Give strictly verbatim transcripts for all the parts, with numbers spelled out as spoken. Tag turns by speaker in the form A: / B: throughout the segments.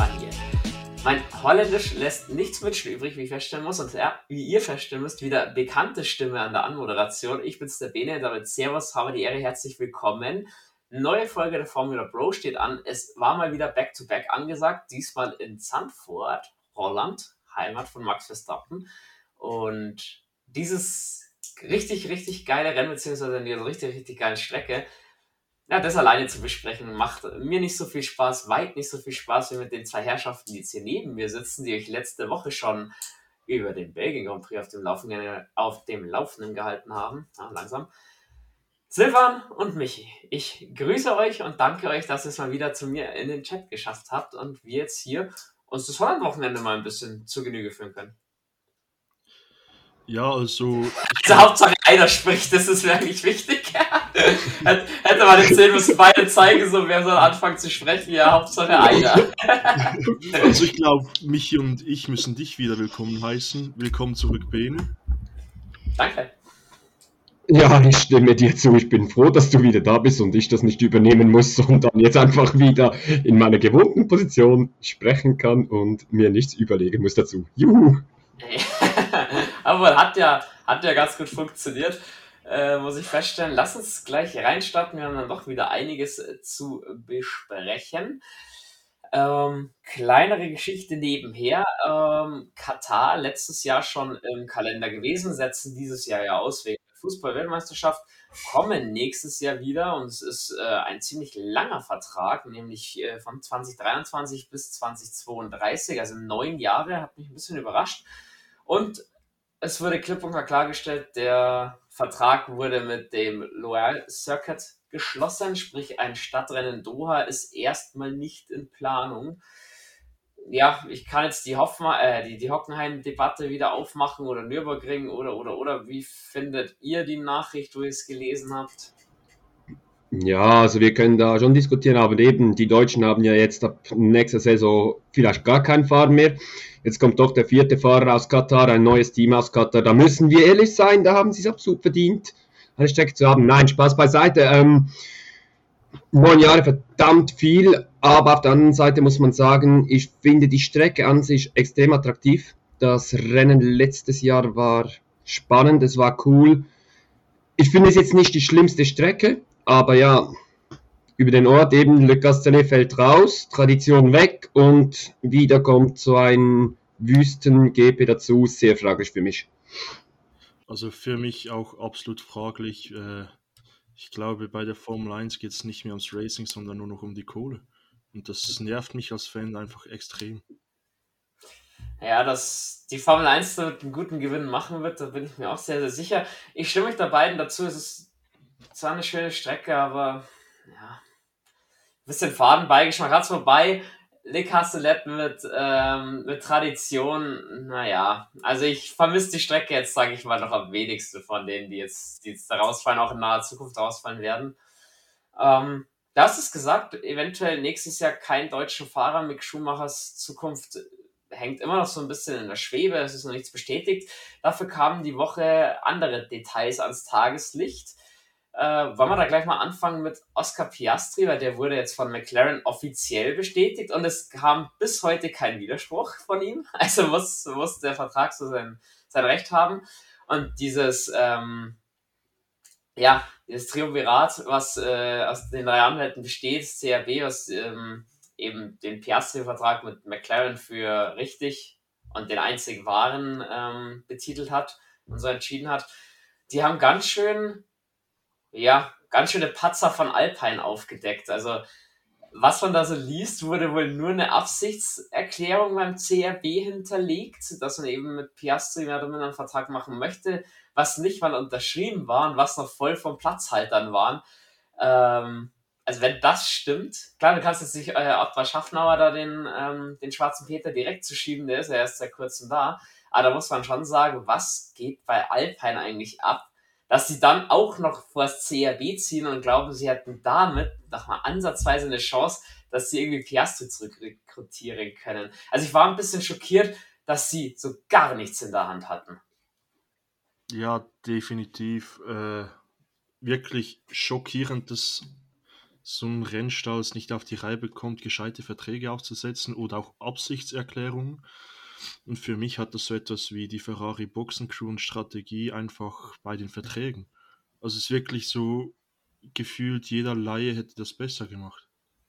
A: Oranje. Mein Holländisch lässt nichts Wünschen übrig, wie ich feststellen muss. Und ja, wie ihr feststellen müsst, wieder bekannte Stimme an der Anmoderation. Ich bin's, der Bene, damit Servus, habe die Ehre, herzlich willkommen. Neue Folge der Formula Bro steht an. Es war mal wieder Back-to-Back angesagt, diesmal in Zandvoort, Holland, Heimat von Max Verstappen. Und dieses richtig, richtig geile Rennen, beziehungsweise diese richtig, richtig geile Strecke, ja, das alleine zu besprechen, macht mir nicht so viel Spaß, weit nicht so viel Spaß wie mit den zwei Herrschaften, die jetzt hier neben mir sitzen, die euch letzte Woche schon über den Belgien Grand Prix auf dem Laufenden, auf dem Laufenden gehalten haben. Ja, langsam. Silvan und Michi, ich grüße euch und danke euch, dass ihr es mal wieder zu mir in den Chat geschafft habt und wir jetzt hier uns das Holland-Wochenende mal ein bisschen zur Genüge führen können.
B: Ja, also...
A: Also Hauptsache einer spricht, das ist mir eigentlich wichtig. Hätte man den sehen müssen, beide zeigen, so wer soll anfangen zu sprechen, ja, Hauptsache einer.
B: Also ich glaube, Michi und ich müssen dich wieder willkommen heißen. Willkommen zurück, Bene.
A: Danke.
C: Ja, ich stimme dir zu. Ich bin froh, dass du wieder da bist und ich das nicht übernehmen muss, sondern jetzt einfach wieder in meiner gewohnten Position sprechen kann und mir nichts überlegen muss dazu. Juhu!
A: Aber hat ja, hat ja ganz gut funktioniert, äh, muss ich feststellen. Lass uns gleich reinstarten. Wir haben dann doch wieder einiges äh, zu besprechen. Ähm, kleinere Geschichte nebenher. Ähm, Katar, letztes Jahr schon im Kalender gewesen, setzen dieses Jahr ja aus wegen der Fußball-Weltmeisterschaft, kommen nächstes Jahr wieder und es ist äh, ein ziemlich langer Vertrag, nämlich äh, von zwanzig dreiundzwanzig bis zwanzig zweiunddreißig, also neun Jahre, hat mich ein bisschen überrascht. Und es wurde klipp und klar klargestellt, der Vertrag wurde mit dem Loire Circuit geschlossen, sprich ein Stadtrennen Doha ist erstmal nicht in Planung. Ja, ich kann jetzt die, Hoffma- äh, die, die Hockenheim-Debatte wieder aufmachen oder Nürburgring oder, oder, oder. Wie findet ihr die Nachricht, wo ihr es gelesen habt?
C: Ja, also wir können da schon diskutieren, aber eben, die Deutschen haben ja jetzt ab nächster Saison vielleicht gar keinen Fahrer mehr. Jetzt kommt doch der vierte Fahrer aus Katar, ein neues Team aus Katar. Da müssen wir ehrlich sein, da haben sie es absolut verdient, eine Strecke zu haben. Nein, Spaß beiseite. Ähm, neun Jahre verdammt viel, aber auf der anderen Seite muss man sagen, ich finde die Strecke an sich extrem attraktiv. Das Rennen letztes Jahr war spannend, es war cool. Ich finde es jetzt nicht die schlimmste Strecke, aber ja, über den Ort eben, Le Castellet fällt raus, Tradition weg und wieder kommt so ein Wüsten-G P dazu, sehr fraglich für mich.
B: Also für mich auch absolut fraglich. Äh, ich glaube, bei der Formel eins geht es nicht mehr ums Racing, sondern nur noch um die Kohle. Und das nervt mich als Fan einfach extrem.
A: Ja, dass die Formel eins damit einen guten Gewinn machen wird, da bin ich mir auch sehr, sehr sicher. Ich stimme euch da beiden dazu, es ist zwar eine schöne Strecke, aber ja, ein bisschen Fadenbeigeschmack hat's, wobei Le Castellet mit, ähm, mit Tradition, naja, also ich vermisse die Strecke jetzt, sage ich mal, noch am wenigsten von denen, die jetzt, die jetzt da rausfallen, auch in naher Zukunft rausfallen werden. Ähm, du hast es gesagt, eventuell nächstes Jahr kein deutscher Fahrer. Mick Schumachers Zukunft hängt immer noch so ein bisschen in der Schwebe, es ist noch nichts bestätigt. Dafür kamen die Woche andere Details ans Tageslicht. Äh, wollen wir da gleich mal anfangen mit Oscar Piastri, weil der wurde jetzt von McLaren offiziell bestätigt und es kam bis heute kein Widerspruch von ihm. Also muss, muss der Vertrag so sein, sein Recht haben. Und dieses, ähm, ja, dieses Triumvirat, was äh, aus den drei Anwälten besteht, C R B, was ähm, eben den Piastri-Vertrag mit McLaren für richtig und den einzig wahren ähm, betitelt hat und so entschieden hat, die haben ganz schön, ja, ganz schöne Patzer von Alpine aufgedeckt. Also was man da so liest, wurde wohl nur eine Absichtserklärung beim C R B hinterlegt, dass man eben mit Piastri mehr oder minder einen Vertrag machen möchte, was nicht mal unterschrieben war und was noch voll vom Platzhaltern waren. Ähm, also wenn das stimmt, klar, du kannst jetzt nicht äh, Ottmar Schaffnauer da den, ähm, den schwarzen Peter direkt zu schieben, der ist ja erst seit kurzem da, aber da muss man schon sagen, was geht bei Alpine eigentlich ab, dass sie dann auch noch vor das C R B ziehen und glauben, sie hätten damit noch mal ansatzweise eine Chance, dass sie irgendwie Piastri zurückrekrutieren können. Also ich war ein bisschen schockiert, dass sie so gar nichts in der Hand hatten.
B: Ja, definitiv. Äh, wirklich schockierend, dass so ein Rennstall es nicht auf die Reihe bekommt, gescheite Verträge aufzusetzen oder auch Absichtserklärungen. Und für mich hat das so etwas wie die Ferrari Boxencrew und Strategie einfach bei den Verträgen. Also es ist wirklich so gefühlt, jeder Laie hätte das besser gemacht.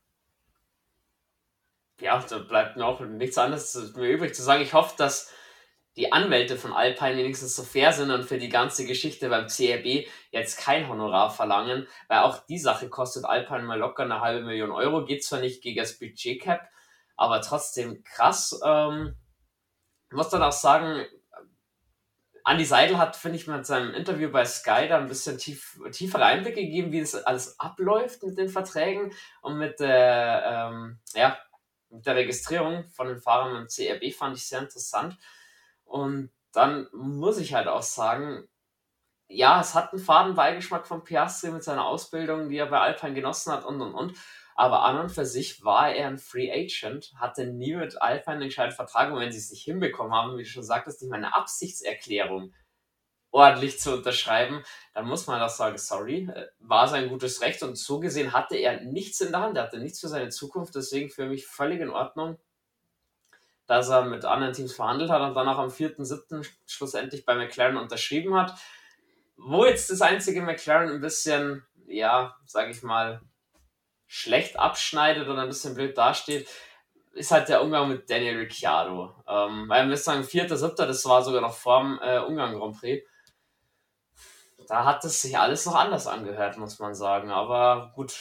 A: Ja, da bleibt mir auch nichts anderes mir übrig zu sagen. Ich hoffe, dass die Anwälte von Alpine wenigstens so fair sind und für die ganze Geschichte beim C R B jetzt kein Honorar verlangen, weil auch die Sache kostet Alpine mal locker eine halbe Million Euro, geht zwar nicht gegen das Budget-Cap, aber trotzdem krass. Ähm, ich muss dann auch sagen, Andi Seidel hat, finde ich, mit seinem Interview bei Sky da ein bisschen tief, tiefere Einblicke gegeben, wie das alles abläuft mit den Verträgen und mit der, ähm, ja, mit der Registrierung von den Fahrern im C R B, fand ich sehr interessant. Und dann muss ich halt auch sagen, ja, es hat einen faden Beigeschmack von Piastri mit seiner Ausbildung, die er bei Alpine genossen hat und und und. Aber an und für sich war er ein Free Agent, hatte nie mit Alpine einen gescheiten Vertrag. Und wenn sie es nicht hinbekommen haben, wie du schon sagtest, nicht mal eine Absichtserklärung ordentlich zu unterschreiben, dann muss man doch sagen, sorry, äh, war sein gutes Recht. Und so gesehen hatte er nichts in der Hand, er hatte nichts für seine Zukunft. Deswegen für mich völlig in Ordnung, dass er mit anderen Teams verhandelt hat und dann auch am vierten siebten schlussendlich bei McLaren unterschrieben hat. Wo jetzt das einzige McLaren ein bisschen, ja, sage ich mal, schlecht abschneidet oder ein bisschen blöd dasteht, ist halt der Umgang mit Daniel Ricciardo. Ähm, weil wir sagen, vierter siebter, das war sogar noch vorm äh, Ungarn Grand Prix. Da hat es sich alles noch anders angehört, muss man sagen. Aber gut,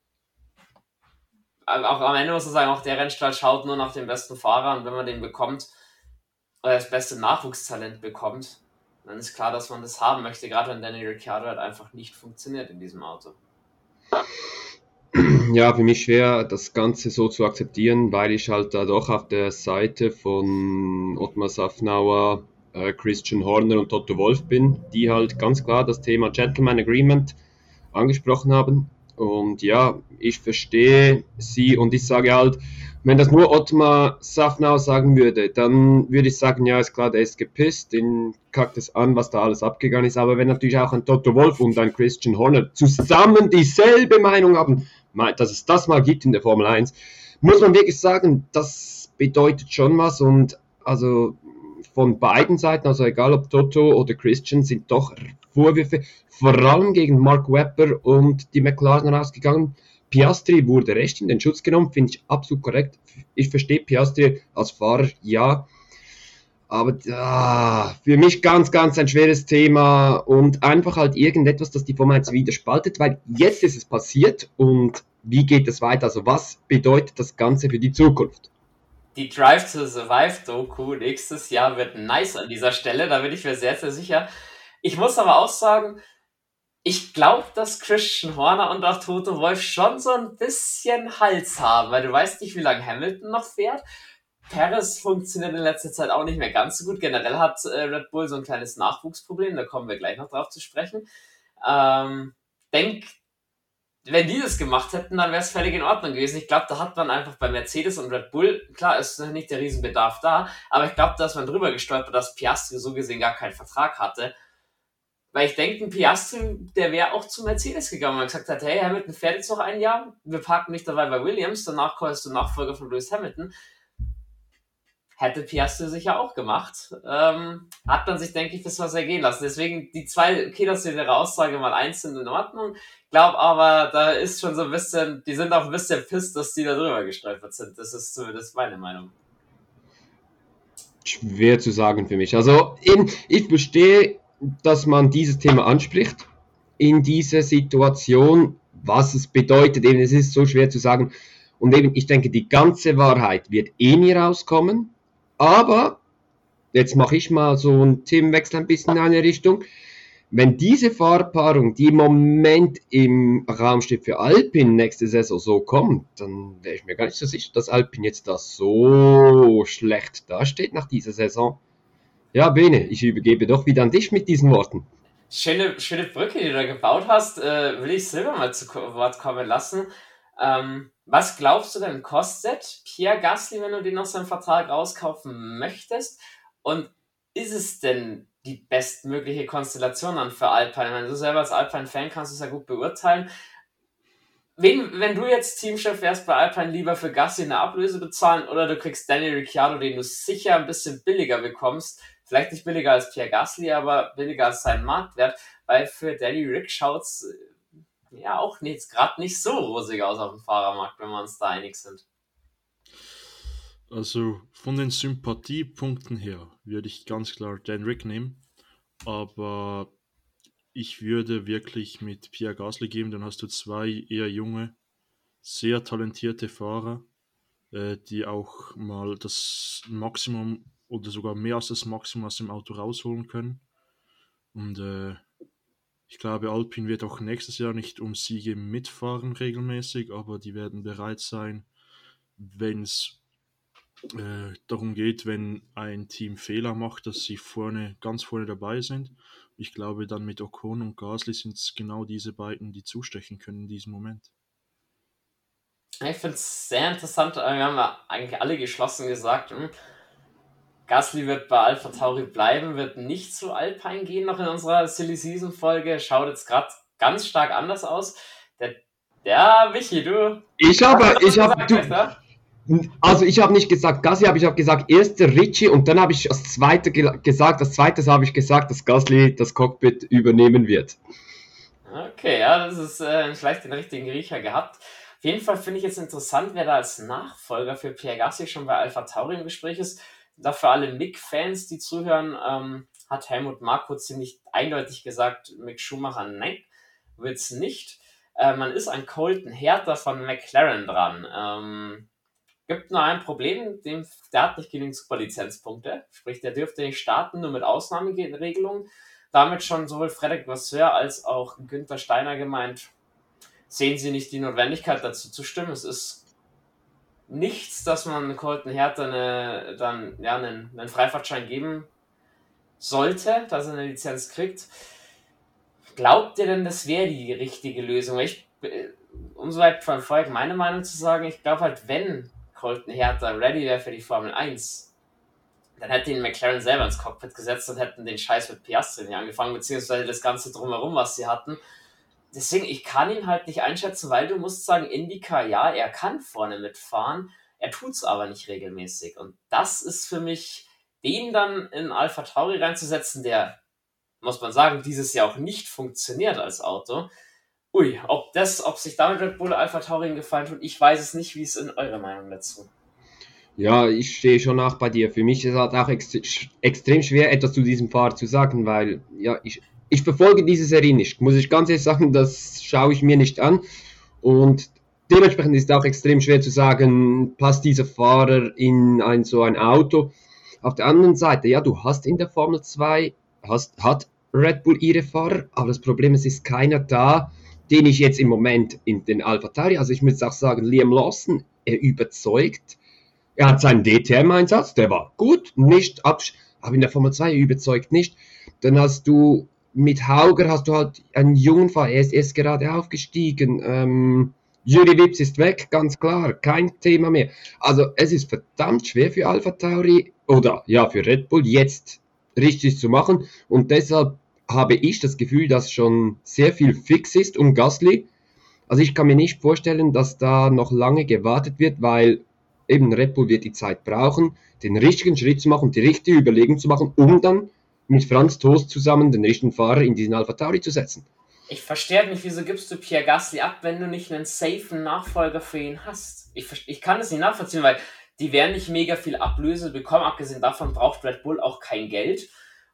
A: auch am Ende muss man sagen, auch der Rennstall schaut nur nach dem besten Fahrer und wenn man den bekommt, oder das beste Nachwuchstalent bekommt, dann ist klar, dass man das haben möchte, gerade wenn Daniel Ricciardo halt einfach nicht funktioniert in diesem Auto.
C: Ja, für mich schwer, das Ganze so zu akzeptieren, weil ich halt da doch auf der Seite von Ottmar Safnauer, äh, Christian Horner und Toto Wolff bin, die halt ganz klar das Thema Gentleman Agreement angesprochen haben. Und ja, ich verstehe sie und ich sage halt, wenn das nur Ottmar Safnauer sagen würde, dann würde ich sagen, ja, ist klar, der ist gepisst, den kackt es an, was da alles abgegangen ist. Aber wenn natürlich auch ein Toto Wolff und ein Christian Horner zusammen dieselbe Meinung haben, dass es das mal gibt in der Formel eins, muss man wirklich sagen, das bedeutet schon was. Und also von beiden Seiten, also egal ob Toto oder Christian, sind doch Vorwürfe vor allem gegen Mark Webber und die McLaren rausgegangen. Piastri wurde recht in den Schutz genommen, finde ich absolut korrekt. Ich verstehe Piastri als Fahrer, ja. Aber ah, für mich ganz, ganz ein schweres Thema und einfach halt irgendetwas, das die Formel eins wieder spaltet, weil jetzt ist es passiert und wie geht es weiter? Also was bedeutet das Ganze für die Zukunft?
A: Die Drive to Survive Doku nächstes Jahr wird nice an dieser Stelle, da bin ich mir sehr, sehr sicher. Ich muss aber auch sagen, ich glaube, dass Christian Horner und auch Toto Wolff schon so ein bisschen Hals haben, weil du weißt nicht, wie lange Hamilton noch fährt. Perez funktioniert in letzter Zeit auch nicht mehr ganz so gut. Generell hat äh, Red Bull so ein kleines Nachwuchsproblem, da kommen wir gleich noch drauf zu sprechen. Ähm, denk, wenn die das gemacht hätten, dann wäre es völlig in Ordnung gewesen. Ich glaube, da hat man einfach bei Mercedes und Red Bull, klar, ist noch nicht der Riesenbedarf da, aber ich glaube, da ist man drüber gestolpert, dass Piastri so gesehen gar keinen Vertrag hatte. Weil ich denke, ein Piastri, der wäre auch zu Mercedes gegangen und gesagt hat, hey, Hamilton fährt jetzt noch ein Jahr, wir parken dich dabei bei Williams, danach kommst du Nachfolger von Lewis Hamilton. Hätte Piastri sicher auch gemacht. Ähm, hat man sich, denke ich, das was ergehen lassen. Deswegen die zwei, okay, dass wir ihre Aussage mal eins sind in Ordnung. Glaube aber, da ist schon so ein bisschen, die sind auch ein bisschen pisst, dass die da drüber gestolpert sind. Das ist zumindest meine Meinung.
C: Schwer zu sagen für mich. Also eben, ich verstehe, dass man dieses Thema anspricht in dieser Situation, was es bedeutet. Eben, es ist so schwer zu sagen. Und eben, ich denke, die ganze Wahrheit wird eh nie rauskommen. Aber, jetzt mache ich mal so einen Themenwechsel ein bisschen in eine Richtung. Wenn diese Fahrpaarung, die im Moment im Raum steht für Alpine nächste Saison so kommt, dann wäre ich mir gar nicht so sicher, dass Alpine jetzt da so schlecht dasteht nach dieser Saison. Ja, Bene, ich übergebe doch wieder an dich mit diesen Worten.
A: Schöne, schöne Brücke, die du da gebaut hast, äh, will ich Silber mal zu Wort kommen lassen. Ähm, was glaubst du denn kostet Pierre Gasly, wenn du den aus seinem Vertrag rauskaufen möchtest? Und ist es denn die bestmögliche Konstellation dann für Alpine? Ich meine, du selber als Alpine-Fan kannst es ja gut beurteilen. wen, wenn du jetzt Teamchef wärst bei Alpine, lieber für Gasly eine Ablöse bezahlen oder du kriegst Daniel Ricciardo, den du sicher ein bisschen billiger bekommst, vielleicht nicht billiger als Pierre Gasly, aber billiger als sein Marktwert, weil für Danny Rick schaut's äh, ja auch jetzt gerade nicht so rosig aus auf dem Fahrermarkt, wenn wir uns da einig sind.
B: Also von den Sympathiepunkten her würde ich ganz klar Dan Rick nehmen, aber ich würde wirklich mit Pierre Gasly gehen, dann hast du zwei eher junge, sehr talentierte Fahrer, äh, die auch mal das Maximum oder sogar mehr als das Maximum aus dem Auto rausholen können. Und äh, ich glaube, Alpine wird auch nächstes Jahr nicht um Siege mitfahren regelmäßig, aber die werden bereit sein, wenn es äh, darum geht, wenn ein Team Fehler macht, dass sie vorne, ganz vorne dabei sind. Ich glaube, dann mit Ocon und Gasly sind es genau diese beiden, die zustechen können in diesem Moment.
A: Ich finde es sehr interessant, wir haben ja eigentlich alle geschlossen gesagt, hm, Gasly wird bei AlphaTauri bleiben, wird nicht zu Alpine gehen, noch in unserer Silly Season Folge, schaut jetzt gerade ganz stark anders aus. Der, ja, Michi, du...
C: Ich habe, ich habe, du,
A: gesagt,
C: also ich habe nicht gesagt Gasly, aber ich habe gesagt erster Ricci und dann habe ich als zweiter ge- gesagt, als zweites habe ich gesagt, dass Gasly das Cockpit übernehmen wird.
A: Okay, ja, das ist äh, vielleicht den richtigen Riecher gehabt. Auf jeden Fall finde ich jetzt interessant, wer da als Nachfolger für Pierre Gasly schon bei AlphaTauri im Gespräch ist. Da für alle Mick-Fans, die zuhören, ähm, hat Helmut Marko ziemlich eindeutig gesagt, Mick Schumacher, nein, wird's nicht. Äh, man ist an Colton Herta von McLaren dran. Ähm, gibt nur ein Problem, dem, der hat nicht genügend Superlizenzpunkte, sprich, der dürfte nicht starten, nur mit Ausnahmeregelungen. Damit schon sowohl Frederic Vasseur als auch Günther Steiner gemeint, sehen sie nicht die Notwendigkeit dazu zu stimmen. Es ist nichts, dass man Colton Herta eine, dann, ja, einen, einen Freifahrtschein geben sollte, dass er eine Lizenz kriegt. Glaubt ihr denn, das wäre die richtige Lösung? Ich, umso weit von Volk meine Meinung zu sagen, ich glaube halt, wenn Colton Herta ready wäre für die Formel eins, dann hätte ihn McLaren selber ins Cockpit gesetzt und hätten den Scheiß mit Piastri nicht angefangen, beziehungsweise das Ganze drumherum, was sie hatten. Deswegen, ich kann ihn halt nicht einschätzen, weil du musst sagen, IndyCar, ja, er kann vorne mitfahren, er tut's aber nicht regelmäßig. Und das ist für mich, den dann in AlphaTauri reinzusetzen, der, muss man sagen, dieses Jahr auch nicht funktioniert als Auto. Ui, ob das, ob sich damit Red Bull AlphaTauri einen Gefallen tut, ich weiß es nicht. Wie ist in eurer Meinung dazu?
C: Ja, ich stehe schon nach bei dir. Für mich ist es halt auch ext- extrem schwer, etwas zu diesem Fahrer zu sagen, weil ja, ich, ich verfolge diese Serie nicht. Muss ich ganz ehrlich sagen, das schaue ich mir nicht an. Und dementsprechend ist es auch extrem schwer zu sagen, passt dieser Fahrer in ein so ein Auto. Auf der anderen Seite, ja, du hast in der Formel zwei, hast, hat Red Bull ihre Fahrer, aber das Problem ist, es ist keiner da, den ich jetzt im Moment in den AlphaTauri, also ich muss auch sagen, Liam Lawson, er überzeugt. Er hat seinen D T M-Einsatz, der war gut, nicht absch- aber in der Formel zwei überzeugt nicht. Dann hast du mit Hauger hast du halt einen jungen Fahrer, er ist erst gerade aufgestiegen. Ähm, Juri Vips ist weg, ganz klar, kein Thema mehr. Also es ist verdammt schwer für AlphaTauri oder ja für Red Bull jetzt richtig zu machen und deshalb habe ich das Gefühl, dass schon sehr viel fix ist um Gasly. Also ich kann mir nicht vorstellen, dass da noch lange gewartet wird, weil eben Red Bull wird die Zeit brauchen, den richtigen Schritt zu machen, die richtige Überlegung zu machen, um dann mit Franz Tost zusammen den richtigen Fahrer in diesen AlphaTauri zu setzen.
A: Ich verstehe nicht, wieso gibst du Pierre Gasly ab, wenn du nicht einen safen Nachfolger für ihn hast? Ich, ich kann es nicht nachvollziehen, weil die werden nicht mega viel Ablöse bekommen. Abgesehen davon braucht Red Bull auch kein Geld.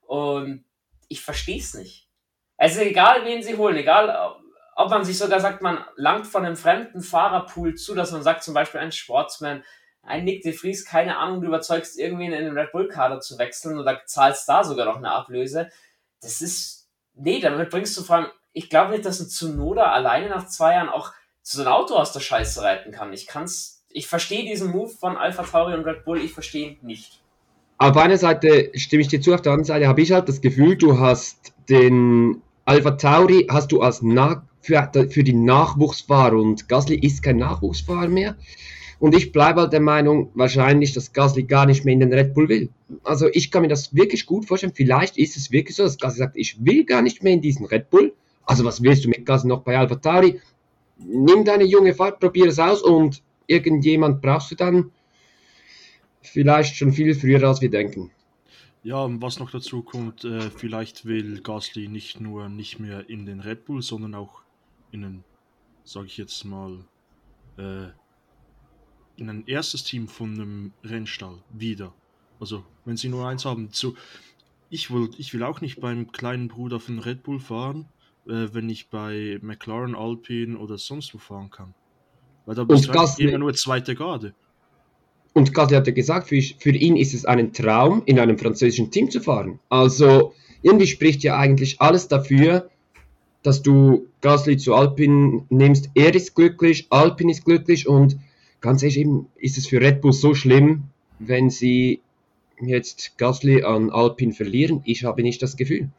A: Und ich verstehe es nicht. Also egal, wen sie holen, egal, ob man sich sogar sagt, man langt von einem fremden Fahrerpool zu, dass man sagt, zum Beispiel ein Sportsman, ein Nick de Vries, keine Ahnung, du überzeugst irgendwen in den Red Bull-Kader zu wechseln oder zahlst da sogar noch eine Ablöse. Das ist, nee, damit bringst du vor allem, ich glaube nicht, dass ein Tsunoda alleine nach zwei Jahren auch so ein Auto aus der Scheiße reiten kann. Ich kann's, ich verstehe diesen Move von AlphaTauri und Red Bull, ich verstehe ihn nicht.
C: Auf einer Seite stimme ich dir zu, auf der anderen Seite habe ich halt das Gefühl, du hast den AlphaTauri hast du als Nach- für, für die Nachwuchsfahrer und Gasly ist kein Nachwuchsfahrer mehr. Und ich bleibe halt der Meinung, wahrscheinlich, dass Gasly gar nicht mehr in den Red Bull will. Also ich kann mir das wirklich gut vorstellen. Vielleicht ist es wirklich so, dass Gasly sagt, ich will gar nicht mehr in diesen Red Bull. Also was willst du mit Gasly noch bei AlphaTauri? nimm deine junge Fahrt, probier es aus und irgendjemand brauchst du dann vielleicht schon viel früher, als wir denken.
B: Ja, und was noch dazu kommt, äh, vielleicht will Gasly nicht nur nicht mehr in den Red Bull, sondern auch in ein, sage ich jetzt mal, äh, in ein erstes Team von einem Rennstall wieder. Also, wenn sie nur eins haben, zu, ich will, ich will auch nicht beim kleinen Bruder von Red Bull fahren, äh, wenn ich bei McLaren, Alpine oder sonst wo fahren kann. Weil da bist
C: Und
B: du einfach immer
C: Gasly,
B: nur zweite Garde.
C: und Gasly hat ja gesagt, für, für ihn ist es ein Traum, in einem französischen Team zu fahren. Also irgendwie spricht ja eigentlich alles dafür, dass du Gasly zu Alpine nimmst. Er ist glücklich, Alpine ist glücklich und ganz ehrlich, eben ist es für Red Bull so schlimm, wenn sie jetzt Gasly an Alpine verlieren. Ich habe nicht das Gefühl.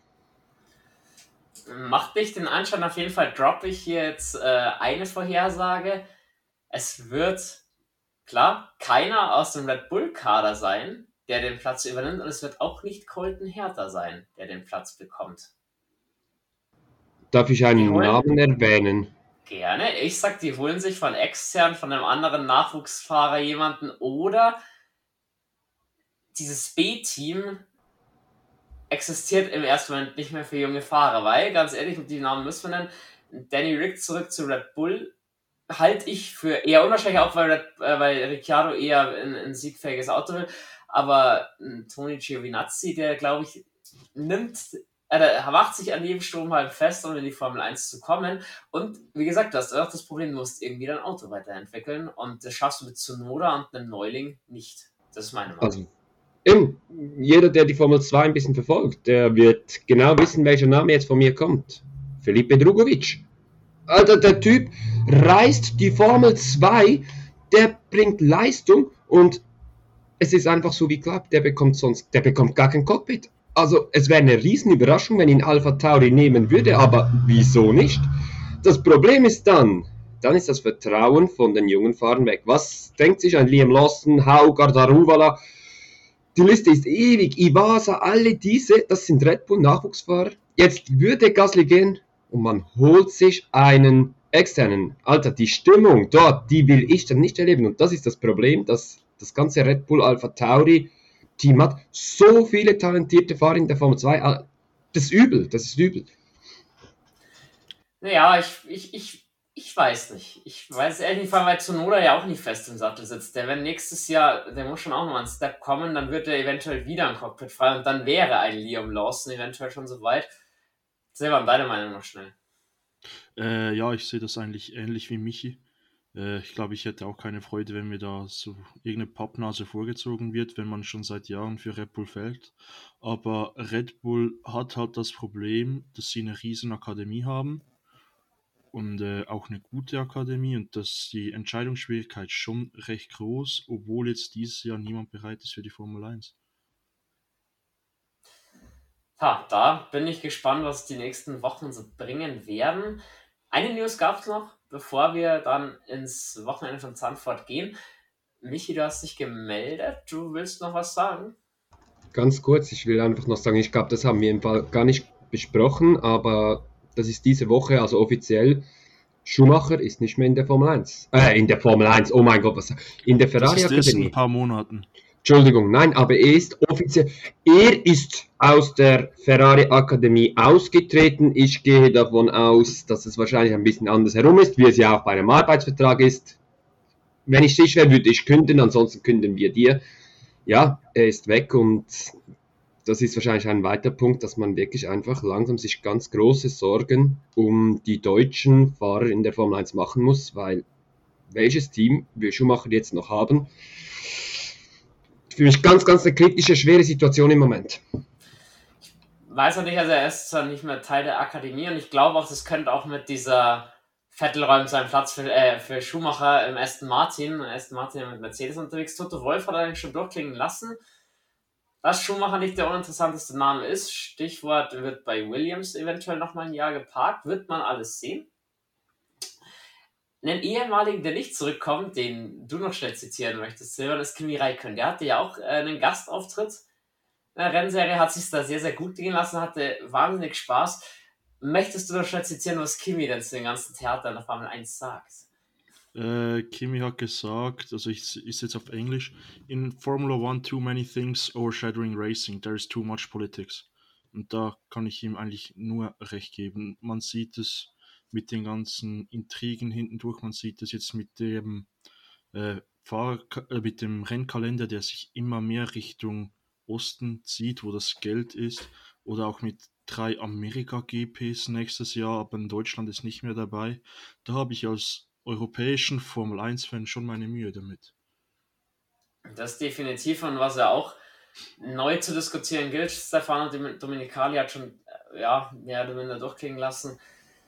A: Macht nicht den Anschein, auf jeden Fall droppe ich hier jetzt äh, eine Vorhersage. Es wird, klar, keiner aus dem Red Bull-Kader sein, der den Platz übernimmt, und es wird auch nicht Colton Herta sein, der den Platz bekommt.
C: Darf ich einen Namen erwähnen?
A: Gerne. Ich sag, die holen sich von extern, von einem anderen Nachwuchsfahrer jemanden, oder dieses B-Team existiert im ersten Moment nicht mehr für junge Fahrer, weil, ganz ehrlich, die Namen müssen wir nennen, Danny Rick zurück zu Red Bull halte ich für eher unwahrscheinlich, auch weil, Red, äh, weil Ricciardo eher ein, ein siegfähiges Auto will, aber äh, Tony Giovinazzi, der, glaube ich, nimmt, äh, der macht sich an jedem Sturm halt fest, um in die Formel eins zu kommen, und wie gesagt, das ist auch das Problem, du musst irgendwie dein Auto weiterentwickeln, und das schaffst du mit Tsunoda und einem Neuling nicht. Das ist meine Meinung.
C: Also, eben, jeder, der die Formel zwei ein bisschen verfolgt, der wird genau wissen, welcher Name jetzt von mir kommt. Felipe Drugovich. Alter, der Typ reißt die Formel zwei, der bringt Leistung und es ist einfach so wie klar, der bekommt sonst, der bekommt gar kein Cockpit. Also es wäre eine Riesenüberraschung, wenn ihn Alpha Tauri nehmen würde, aber wieso nicht? Das Problem ist dann, dann ist das Vertrauen von den jungen Fahrern weg. Was denkt sich ein Liam Lawson, Hauger, Daruvala? Die Liste ist ewig. Iwasa, alle diese, das sind Red Bull Nachwuchsfahrer. Jetzt würde Gasly gehen und man holt sich einen externen. Alter, die Stimmung dort, die will ich dann nicht erleben. Und das ist das Problem, dass das ganze Red Bull Alpha Tauri Team hat so viele talentierte Fahrer in der Formel zwei. Das ist übel, das ist übel.
A: Naja, ich, ich, ich, ich weiß nicht. Ich weiß ehrlich nicht, weil Tsunoda ja auch nicht fest im Sattel sitzt. Der, wenn nächstes Jahr, der muss schon auch nochmal einen Step kommen, dann wird er eventuell wieder ein Cockpit frei und dann wäre ein Liam Lawson eventuell schon so weit. Silvan, deine Meinung noch schnell.
B: Äh, ja, ich sehe das eigentlich ähnlich wie Michi. Äh, ich glaube, ich hätte auch keine Freude, wenn mir da so irgendeine Pappnase vorgezogen wird, wenn man schon seit Jahren für Red Bull fährt. Aber Red Bull hat halt das Problem, dass sie eine riesen Akademie haben und äh, auch eine gute Akademie, und dass die Entscheidungsschwierigkeit schon recht groß, obwohl jetzt dieses Jahr niemand bereit ist für die Formel eins.
A: Ha, da bin ich gespannt, was die nächsten Wochen so bringen werden. Eine News gab es noch, bevor wir dann ins Wochenende von Zandvoort gehen. Michi, du hast dich gemeldet. Du willst noch was sagen?
C: Ganz kurz, ich will einfach noch sagen, ich glaube, das haben wir im Fall gar nicht besprochen, aber das ist diese Woche, also offiziell, Schumacher ist nicht mehr in der Formel eins. Äh, in der Formel eins, oh mein Gott, was in der Ferrari
B: Das ist erst in
C: Akademie.
B: ein paar Monaten.
C: Entschuldigung, nein, aber er ist offiziell, er ist aus der Ferrari Akademie ausgetreten. Ich gehe davon aus, dass es wahrscheinlich ein bisschen anders herum ist, wie es ja auch bei einem Arbeitsvertrag ist. Wenn ich dich wäre, würde ich künden, ansonsten künden wir dir. Ja, er ist weg und das ist wahrscheinlich ein weiterer Punkt, dass man wirklich einfach langsam sich ganz große Sorgen um die deutschen Fahrer in der Formel eins machen muss, weil welches Team wir Schumacher jetzt noch haben, für mich ganz, ganz eine kritische, schwere Situation im Moment.
A: Ich weiß noch nicht, also er ist zwar nicht mehr Teil der Akademie und ich glaube auch, das könnte auch mit dieser Vettel räumt seinen Platz für, äh, für Schumacher im Aston Martin, Aston Martin mit Mercedes unterwegs. Toto Wolff hat eigentlich schon durchklingen lassen, dass Schumacher nicht der uninteressanteste Name ist. Stichwort wird bei Williams eventuell nochmal ein Jahr geparkt, wird man alles sehen. Einen ehemaligen, der nicht zurückkommt, den du noch schnell zitieren möchtest, Silvan, ist Kimi Räikkönen. Der hatte ja auch äh, einen Gastauftritt in der Rennserie, hat sich da sehr, sehr gut gehen lassen, hatte wahnsinnig Spaß. möchtest du doch schon zitieren, was Kimi denn zu dem ganzen Theater in der Formel eins sagt?
B: Äh, Kimi hat gesagt, also ich ist jetzt auf Englisch, in Formula One too many things overshadowing racing, there is too much politics. Und da kann ich ihm eigentlich nur recht geben. Man sieht es mit den ganzen Intrigen hintendurch, man sieht es jetzt mit dem äh, Fahrer, äh, mit dem Rennkalender, der sich immer mehr Richtung Osten zieht, wo das Geld ist, oder auch mit drei Amerika-G Ps nächstes Jahr, aber in Deutschland ist nicht mehr dabei. Da habe ich als europäischen Formel eins Fan schon meine Mühe damit.
A: Das definitiv, und was ja auch neu zu diskutieren gilt, Stefano Domenicali hat schon ja, mehr oder minder durchklingen lassen,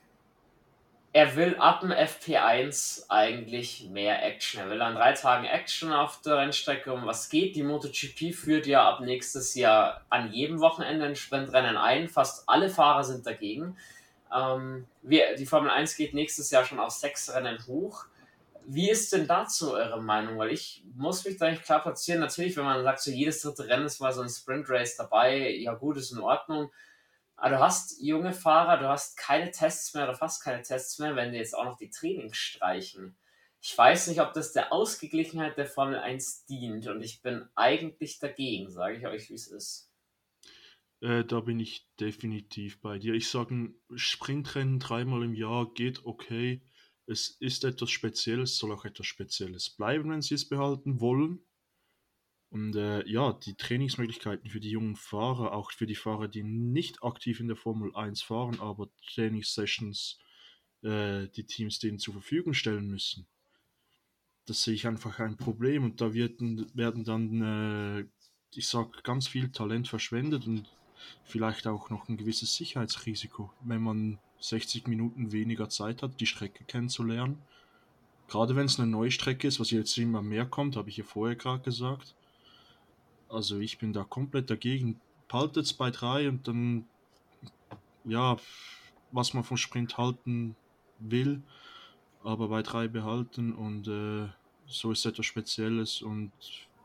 A: er will ab dem F P eins eigentlich mehr Action. Er will an drei Tagen Action auf der Rennstrecke, um was geht. Die MotoGP führt ja ab nächstes Jahr an jedem Wochenende ein Sprintrennen ein. Fast alle Fahrer sind dagegen. Ähm, wir, die Formel eins geht nächstes Jahr schon auf sechs Rennen hoch. Wie ist denn dazu eure Meinung? Weil ich muss mich da nicht klar platzieren. Natürlich, wenn man sagt, so jedes dritte Rennen ist mal so ein Sprint-Race dabei, ja gut, ist in Ordnung. Aber du hast junge Fahrer, du hast keine Tests mehr oder fast keine Tests mehr, wenn die jetzt auch noch die Trainings streichen. Ich weiß nicht, ob das der Ausgeglichenheit der Formel eins dient, und ich bin eigentlich dagegen, sage ich euch, wie es ist.
B: Äh, da bin ich definitiv bei dir. Ich sage, ein Sprintrennen dreimal im Jahr geht okay. Es ist etwas Spezielles, soll auch etwas Spezielles bleiben, wenn sie es behalten wollen. Und äh, ja, die Trainingsmöglichkeiten für die jungen Fahrer, auch für die Fahrer, die nicht aktiv in der Formel eins fahren, aber Trainingssessions äh, die Teams denen zur Verfügung stellen müssen. Das sehe ich einfach ein Problem, und da werden, werden dann, äh, ich sag, ganz viel Talent verschwendet und vielleicht auch noch ein gewisses Sicherheitsrisiko, wenn man sechzig Minuten weniger Zeit hat, die Strecke kennenzulernen. Gerade wenn es eine neue Strecke ist, was jetzt immer mehr kommt, habe ich ja vorher gerade gesagt. Also ich bin da komplett dagegen. Haltet es bei drei und dann, ja, was man vom Sprint halten will, aber bei drei behalten, und äh, so ist etwas Spezielles. Und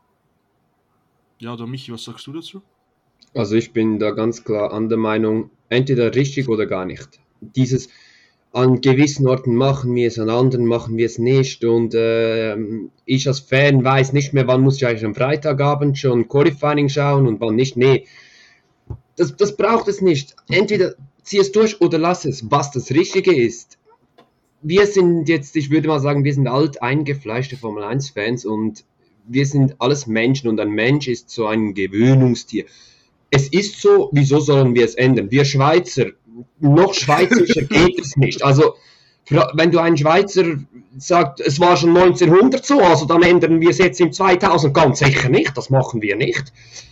B: ja, da Michi, was sagst du dazu?
C: Also ich bin da ganz klar an der Meinung, entweder richtig oder gar nicht. Dieses, an gewissen Orten machen wir es, an anderen machen wir es nicht, und äh, ich als Fan weiß nicht mehr, wann muss ich eigentlich am Freitagabend schon Qualifying schauen und wann nicht. Nee, das, das braucht es nicht. Entweder zieh es durch oder lass es, was das Richtige ist. Wir sind jetzt, ich würde mal sagen, wir sind alt eingefleischte Formel eins Fans, und wir sind alles Menschen, und ein Mensch ist so ein Gewöhnungstier. Es ist so, wieso sollen wir es ändern? Wir Schweizer, noch schweizerischer geht es nicht. Also, wenn du einen Schweizer sagt, es war schon neunzehnhundert so, also dann ändern wir es jetzt im zweitausend, ganz sicher nicht, das machen wir nicht.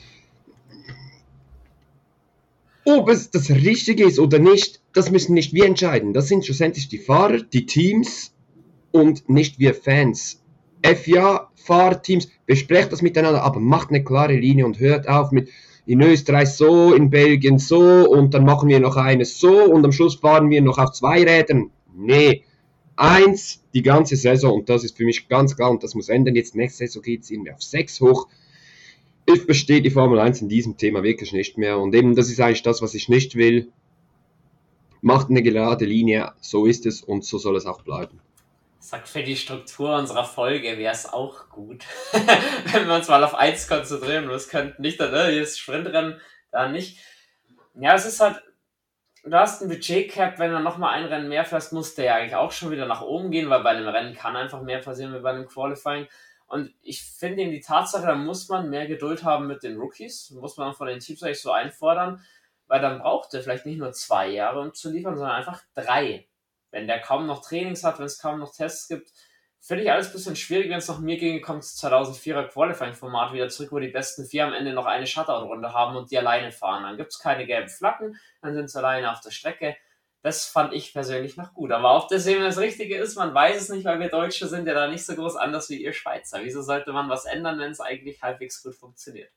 C: Ob es das Richtige ist oder nicht, das müssen nicht wir entscheiden. Das sind schlussendlich die Fahrer, die Teams und nicht wir Fans. F I A, Fahrteams, besprecht das miteinander, aber macht eine klare Linie und hört auf mit in Österreich so, in Belgien so, und dann machen wir noch eines so, und am Schluss fahren wir noch auf zwei Rädern. Nee, eins die ganze Saison, und das ist für mich ganz klar, und das muss ändern. Jetzt nächste Saison geht es irgendwie auf sechs hoch. Ich verstehe die Formel eins in diesem Thema wirklich nicht mehr, und eben das ist eigentlich das, was ich nicht will. Macht eine gerade Linie, so ist es, und so soll es auch bleiben.
A: Sagt, für die Struktur unserer Folge wäre es auch gut, wenn wir uns mal auf eins konzentrieren. Das könnte nicht, ne, hier ist Sprintrennen, da nicht. Ja, es ist halt, du hast ein Budget-Cap, wenn du nochmal ein Rennen mehr fährst, musst du ja eigentlich auch schon wieder nach oben gehen, weil bei einem Rennen kann einfach mehr passieren wie bei einem Qualifying. Und ich finde eben die Tatsache, da muss man mehr Geduld haben mit den Rookies, muss man von den Teams eigentlich so einfordern, weil dann braucht er vielleicht nicht nur zwei Jahre, um zu liefern, sondern einfach drei. Wenn der kaum noch Trainings hat, wenn es kaum noch Tests gibt, finde ich alles ein bisschen schwierig, wenn es noch mir ginge, kommt das zweitausendvierer Qualifying-Format wieder zurück, wo die besten vier am Ende noch eine Shutout-Runde haben und die alleine fahren. Dann gibt es keine gelben Flaggen, dann sind sie alleine auf der Strecke. Das fand ich persönlich noch gut. Aber ob das eben das Richtige ist, man weiß es nicht, weil wir Deutsche sind ja da nicht so groß anders wie ihr Schweizer. Wieso sollte man was ändern, wenn es eigentlich halbwegs gut funktioniert?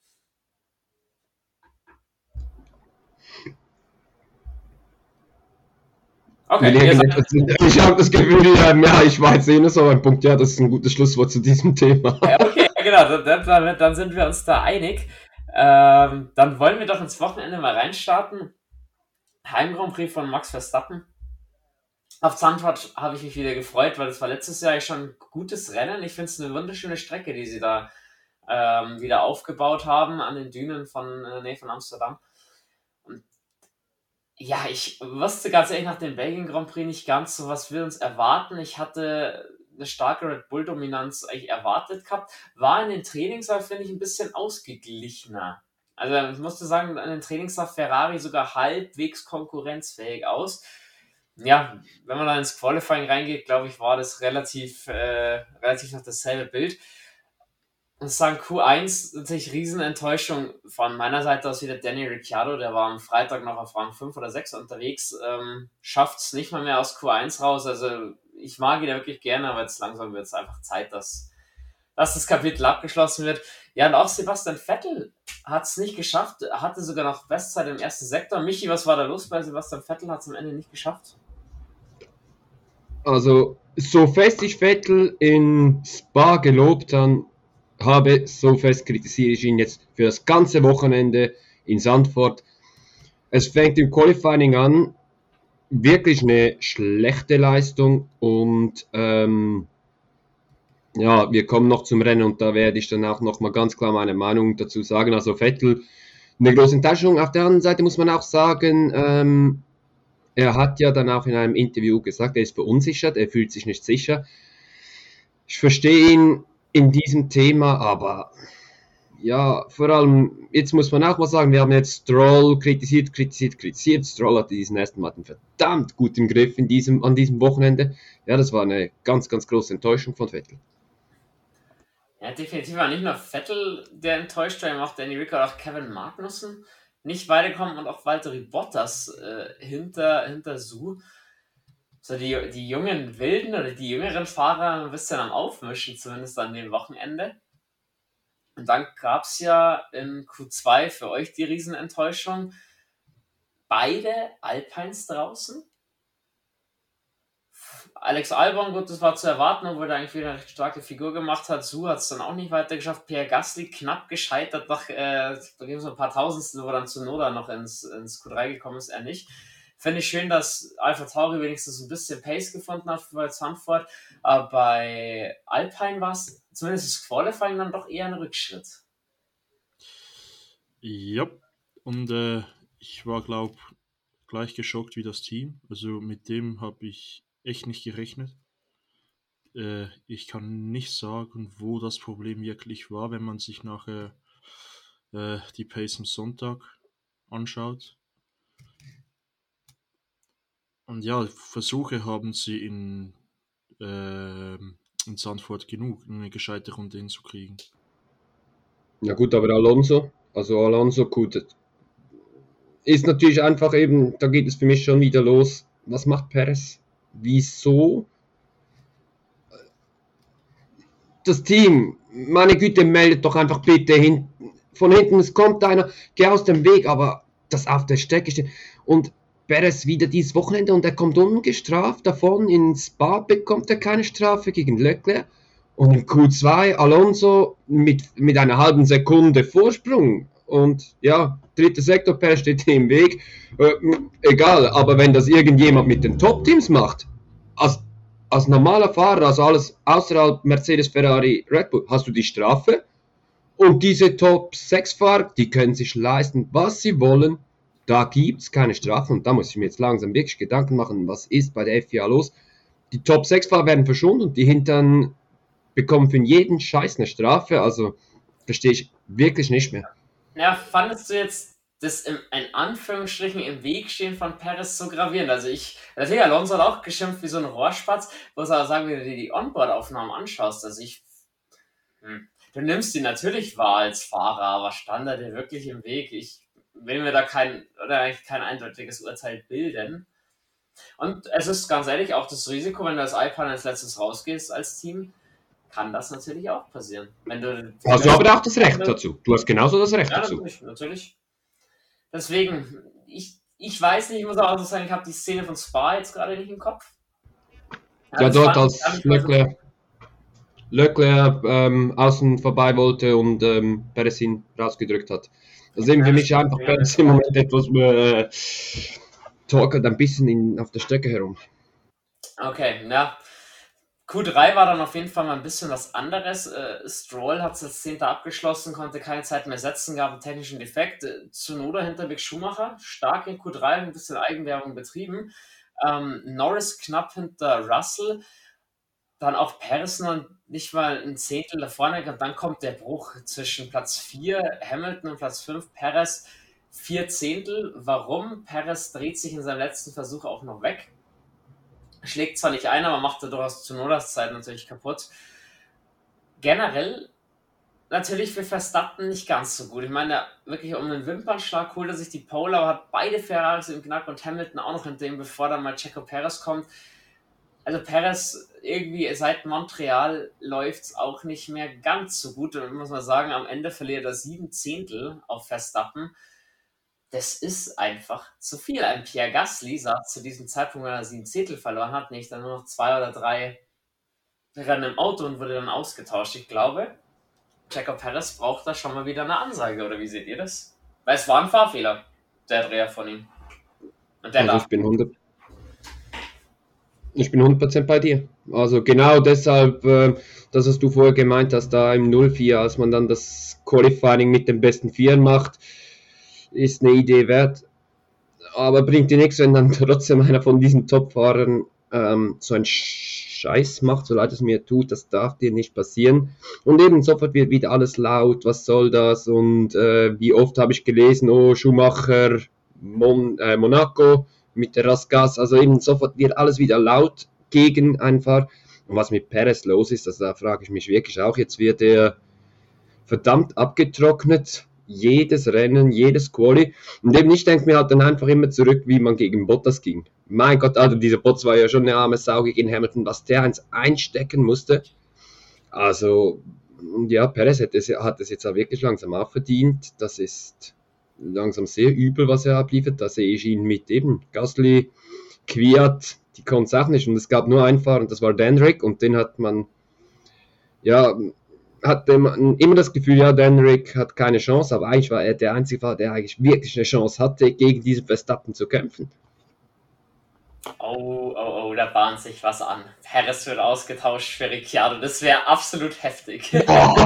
C: Okay, ich habe das Gefühl, ja, ich war jetzt eh nur so ein Punkt, ja, das ist ein gutes Schlusswort zu diesem Thema.
A: Ja, okay, genau, dann, dann, dann sind wir uns da einig. Ähm, dann wollen wir doch ins Wochenende mal reinstarten. Heim Grand Prix von Max Verstappen. Auf Zandvoort habe ich mich wieder gefreut, weil das war letztes Jahr schon ein gutes Rennen. Ich finde es eine wunderschöne Strecke, die sie da ähm, wieder aufgebaut haben an den Dünen von, äh, nee, von Amsterdam. Und ja, ich wusste ganz ehrlich nach dem Belgien Grand Prix nicht ganz so, was wir uns erwarten. Ich hatte eine starke Red Bull Dominanz eigentlich erwartet gehabt. War in den Trainings, finde ich, ein bisschen ausgeglichener. Also ich musste sagen, an den Trainings sah Ferrari sogar halbwegs konkurrenzfähig aus. Ja, wenn man dann ins Qualifying reingeht, glaube ich, war das relativ, äh, relativ noch dasselbe Bild. Und sagen Q eins natürlich Riesenenttäuschung von meiner Seite aus wieder Danny Ricciardo, der war am Freitag noch auf Rang fünf oder sechs unterwegs, ähm, schafft es nicht mal mehr aus Q eins raus, also ich mag ihn ja wirklich gerne, aber jetzt langsam wird es einfach Zeit, dass, dass das Kapitel abgeschlossen wird. Ja, und auch Sebastian Vettel hat es nicht geschafft, hatte sogar noch Bestzeit im ersten Sektor. Michi, was war da los bei Sebastian Vettel? Hat es am Ende nicht geschafft?
C: Also, so fest ich Vettel in Spa gelobt dann habe, so fest kritisiere ich ihn jetzt für das ganze Wochenende in Zandvoort. Es fängt im Qualifying an, wirklich eine schlechte Leistung und ähm, ja, wir kommen noch zum Rennen und da werde ich dann auch noch mal ganz klar meine Meinung dazu sagen. Also Vettel, eine große Enttäuschung. Auf der anderen Seite muss man auch sagen, ähm, er hat ja dann auch in einem Interview gesagt, er ist verunsichert, er fühlt sich nicht sicher. Ich verstehe ihn in diesem Thema, aber ja, vor allem, jetzt muss man auch mal sagen, wir haben jetzt Stroll kritisiert, kritisiert, kritisiert. Stroll hatte diesen ersten Mal verdammt gut im Griff in diesem, an diesem Wochenende. Ja, das war eine ganz, ganz große Enttäuschung von Vettel.
A: Ja, definitiv war nicht nur Vettel, der enttäuscht war, auch Danny Rick oder auch Kevin Magnussen nicht weiterkommen und auch Valtteri Bottas äh, hinter, hinter Su. So die, die jungen Wilden oder die jüngeren Fahrer ein bisschen am Aufmischen, zumindest an dem Wochenende. Und dann gab es ja in Q zwei für euch die Riesenenttäuschung. Beide Alpines draußen. Alex Albon, gut, das war zu erwarten, obwohl er eigentlich wieder eine recht starke Figur gemacht hat. Su hat es dann auch nicht weiter geschafft. Pierre Gasly knapp gescheitert, nach, äh, da ging es so ein paar Tausendstel, wo dann Tsunoda noch ins, ins Q drei gekommen ist, er nicht. Finde ich schön, dass AlphaTauri wenigstens ein bisschen Pace gefunden hat bei Zandvoort, aber bei Alpine war es zumindest das Qualifying dann doch eher ein Rückschritt.
B: Ja, und äh, ich war, glaube ich, gleich geschockt wie das Team. Also mit dem habe ich echt nicht gerechnet. Äh, ich kann nicht sagen, wo das Problem wirklich war, wenn man sich nachher äh, die Pace am Sonntag anschaut. Und ja, Versuche haben sie in, äh, in Zandvoort genug, eine gescheite Runde hinzukriegen.
C: Ja gut, aber Alonso, also Alonso, gut, ist natürlich einfach eben, da geht es für mich schon wieder los. Was macht Perez? Wieso? Das Team, meine Güte, meldet doch einfach bitte hin, von hinten, es kommt einer, geh aus dem Weg, aber das auf der Strecke steht. Und Perez wieder dieses Wochenende und er kommt ungestraft davon. In Spa bekommt er keine Strafe gegen Leclerc. Und in Q zwei Alonso mit, mit einer halben Sekunde Vorsprung. Und ja, dritter Sektor, Perez steht im Weg. Äh, egal, aber wenn das irgendjemand mit den Top-Teams macht, als, als normaler Fahrer, also alles außerhalb Mercedes, Ferrari, Red Bull, hast du die Strafe. Und diese Top sechs Fahrer, die können sich leisten, was sie wollen. Da gibt es keine Strafen und da muss ich mir jetzt langsam wirklich Gedanken machen, was ist bei der F I A los. Die Top sechs Fahrer werden verschont und die Hintern bekommen für jeden Scheiß eine Strafe, also verstehe ich wirklich nicht mehr.
A: Ja, fandest du jetzt das im, in Anführungsstrichen im Weg stehen von Perez so gravierend? Also ich, natürlich, Alonso hat auch geschimpft wie so ein Rohrspatz, muss aber sagen, wenn du dir die Onboard-Aufnahmen anschaust, also ich, hm, du nimmst die natürlich wahr als Fahrer, aber stand er dir wirklich im Weg? Ich will mir da kein, oder eigentlich kein eindeutiges Urteil bilden. Und es ist ganz ehrlich auch das Risiko, wenn du als Alpine als letztes rausgehst als Team, kann das natürlich auch passieren. Wenn du,
C: hast du aber auch das Recht dazu. Du hast genauso das Recht
A: ja,
C: dazu.
A: Natürlich, natürlich. Deswegen, ich, ich weiß nicht, ich muss auch so sagen, ich habe die Szene von Spa jetzt gerade nicht im Kopf.
C: Ja, ja dort als Leclerc, Leclerc ähm, außen vorbei wollte und ähm, Perez ihn rausgedrückt hat. Das ist eben für mich einfach Perez im Moment etwas, äh, torkelt ein bisschen in, auf der Strecke herum.
A: Okay, ja. Q drei war dann auf jeden Fall mal ein bisschen was anderes. Äh, Stroll hat es als Zehnter abgeschlossen, konnte keine Zeit mehr setzen, gab einen technischen Defekt. Äh, Tsunoda hinter Mick Schumacher, stark in Q drei, ein bisschen Eigenwerbung betrieben. Ähm, Norris knapp hinter Russell. Dann auch Perez noch nicht mal ein Zehntel da vorne. Und dann kommt der Bruch zwischen Platz vier, Hamilton, und Platz fünf, Perez. Vier Zehntel. Warum? Perez dreht sich in seinem letzten Versuch auch noch weg. Schlägt zwar nicht ein, aber macht dadurch Tsunodas Zeit natürlich kaputt. Generell natürlich für Verstappen nicht ganz so gut. Ich meine, wirklich um einen Wimpernschlag holt er sich die Pole, aber hat beide Ferraris im Knack und Hamilton auch noch hinter ihm, bevor dann mal Checo Perez kommt. Also Perez irgendwie seit Montreal läuft es auch nicht mehr ganz so gut. Und muss man sagen, am Ende verliert er sieben Zehntel auf Verstappen. Das ist einfach zu viel. Ein Pierre Gasly sagt zu diesem Zeitpunkt, wenn er sieben Zehntel verloren hat, nicht dann nur noch zwei oder drei Rennen im Auto und wurde dann ausgetauscht. Ich glaube, Checo Perez braucht da schon mal wieder eine Ansage, oder wie seht ihr das? Weil es war ein Fahrfehler, der Dreher von ihm. Und der
C: Also
A: darf.
C: ich bin hundert Ich bin hundert Prozent bei dir. Also genau deshalb, äh, das, was du vorher gemeint hast, da im null vier, als man dann das Qualifying mit den besten Vieren macht, ist eine Idee wert. Aber bringt dir nichts, wenn dann trotzdem einer von diesen Top-Fahrern ähm, so einen Scheiß macht, so leid es mir tut, das darf dir nicht passieren. Und eben sofort wird wieder alles laut, was soll das? Und äh, wie oft habe ich gelesen, oh, Schumacher, Mon, äh, Monaco mit der Rasgas, also eben sofort wird alles wieder laut gegen einfach. Und was mit Perez los ist, also da frage ich mich wirklich auch, jetzt wird er verdammt abgetrocknet, jedes Rennen, jedes Quali. Und eben ich denke mir halt dann einfach immer zurück, wie man gegen Bottas ging. Mein Gott, also dieser Bottas war ja schon eine arme Sau gegen Hamilton, was der eins einstecken musste. Also, und ja, Perez hat es, hat es jetzt auch wirklich langsam auch verdient. Das ist langsam sehr übel, was er abliefert. Da sehe ich ihn mit eben Gasly, Kvyat, die konnten es auch nicht. Und es gab nur einen Fahrer, und das war Danrick, und den hat man, ja, hatte man immer das Gefühl, ja, Danrick hat keine Chance, aber eigentlich war er der einzige Fahrer, der eigentlich wirklich eine Chance hatte, gegen diesen Verstappen zu kämpfen.
A: Oh, oh, oh, da bahnt sich was an. Perez wird ausgetauscht für Ricciardo. Das wäre absolut heftig.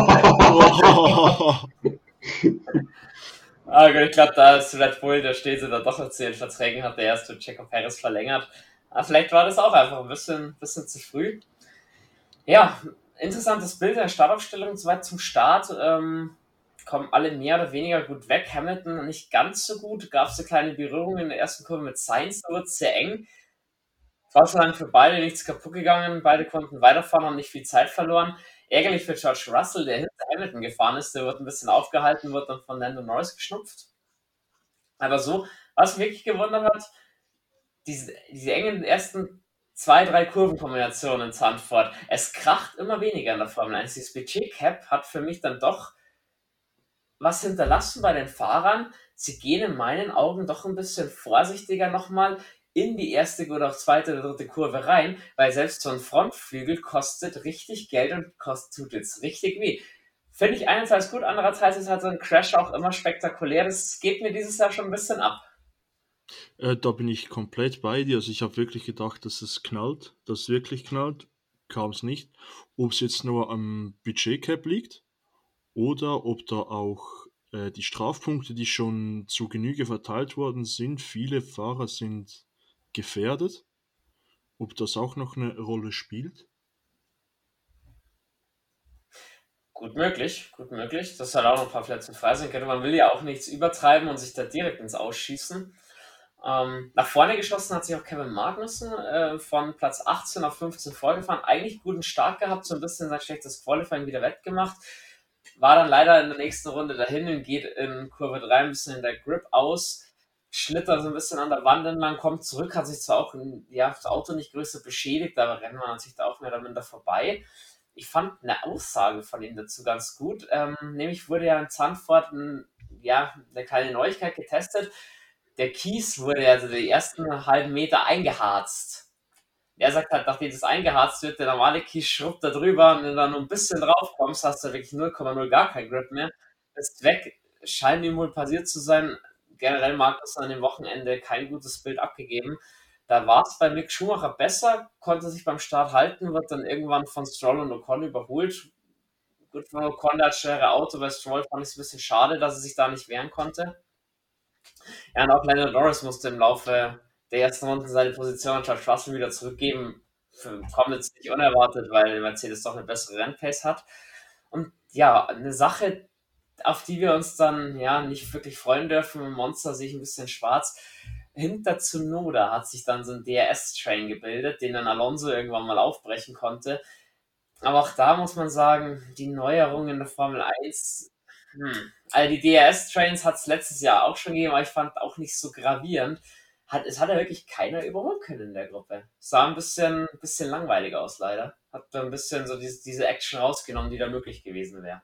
A: Ah, gut, ich glaube, da ist Red Bull, da steht sie da doch noch zu den Verträgen, hat der erste Checo Perez verlängert. Aber vielleicht war das auch einfach ein bisschen, bisschen zu früh. Ja, interessantes Bild der Startaufstellung, soweit zum Start. Ähm, kommen alle mehr oder weniger gut weg. Hamilton nicht ganz so gut. Gab es eine kleine Berührung in der ersten Kurve mit Sainz, da wird es sehr eng. Es war so lange für beide nichts kaputt gegangen. Beide konnten weiterfahren, haben nicht viel Zeit verloren. Ärgerlich für George Russell, der hinter Hamilton gefahren ist. Der wird ein bisschen aufgehalten, wird dann von Lando Norris geschnupft. Aber so, was mich wirklich gewundert hat, diese, diese engen ersten zwei, drei Kurvenkombinationen in Zandvoort. Es kracht immer weniger in der Formel eins. Dieses Budget-Cap hat für mich dann doch was hinterlassen bei den Fahrern. Sie gehen in meinen Augen doch ein bisschen vorsichtiger nochmal in die erste oder auch zweite oder dritte Kurve rein, weil selbst so ein Frontflügel kostet richtig Geld und kostet, tut jetzt richtig weh. Finde ich einerseits gut, andererseits ist halt so ein Crash auch immer spektakulär. Das geht mir dieses Jahr schon ein bisschen ab.
B: Äh, da bin ich komplett bei dir. Also ich habe wirklich gedacht, dass es knallt, dass es wirklich knallt. Kam es nicht. Ob es jetzt nur am Budgetcap liegt oder ob da auch äh, die Strafpunkte, die schon zu Genüge verteilt worden sind, viele Fahrer sind gefährdet. Ob das auch noch eine Rolle spielt?
A: Gut möglich, gut möglich. Dass halt auch noch ein paar Plätze frei sind können. Man will ja auch nichts übertreiben und sich da direkt ins Ausschießen. Ähm, nach vorne geschossen hat sich auch Kevin Magnussen äh, von Platz achtzehn auf fünfzehn vorgefahren. Eigentlich guten Start gehabt, so ein bisschen sein schlechtes Qualifying wieder wettgemacht. War dann leider in der nächsten Runde dahin und geht in Kurve drei ein bisschen in der Grip aus. Schlittert so ein bisschen an der Wand entlang, kommt zurück, hat sich zwar auch ja, das Auto nicht größer beschädigt, aber rennen wir natürlich da auch mehr oder minder vorbei. Ich fand eine Aussage von ihm dazu ganz gut. Ähm, nämlich wurde ja in Zandvoort ein, ja, eine kleine Neuigkeit getestet. Der Kies wurde ja also die ersten halben Meter eingeharzt. Er sagt halt, nachdem das eingeharzt wird, der normale Kies schrubbt da drüber und wenn du dann nur ein bisschen drauf kommst, hast du wirklich null Komma null gar kein Grip mehr. Ist weg. Scheint ihm wohl passiert zu sein. generell Magnussen an dem Wochenende kein gutes Bild abgegeben. Da war es bei Mick Schumacher besser, konnte sich beim Start halten, wird dann irgendwann von Stroll und Ocon überholt. Gut, von Ocon das schnellere Auto, bei Stroll fand ich es ein bisschen schade, dass er sich da nicht wehren konnte. Ja, und auch Lando Norris musste im Laufe der ersten Runden seine Position an George Russell wieder zurückgeben. Kommt jetzt nicht unerwartet, weil Mercedes doch eine bessere Rennpace hat. Und ja, eine Sache, auf die wir uns dann ja nicht wirklich freuen dürfen, im Monster sehe ich ein bisschen schwarz. Hinter Tsunoda hat sich dann so ein D R S-Train gebildet, den dann Alonso irgendwann mal aufbrechen konnte. Aber auch da muss man sagen, die Neuerungen in der Formel eins, hm, also die D R S-Trains hat es letztes Jahr auch schon gegeben, aber ich fand auch nicht so gravierend. Hat, es hat ja wirklich keiner überholen können in der Gruppe. Sah ein bisschen, bisschen langweilig aus, leider. Hat da ein bisschen so diese, diese Action rausgenommen, die da möglich gewesen wäre.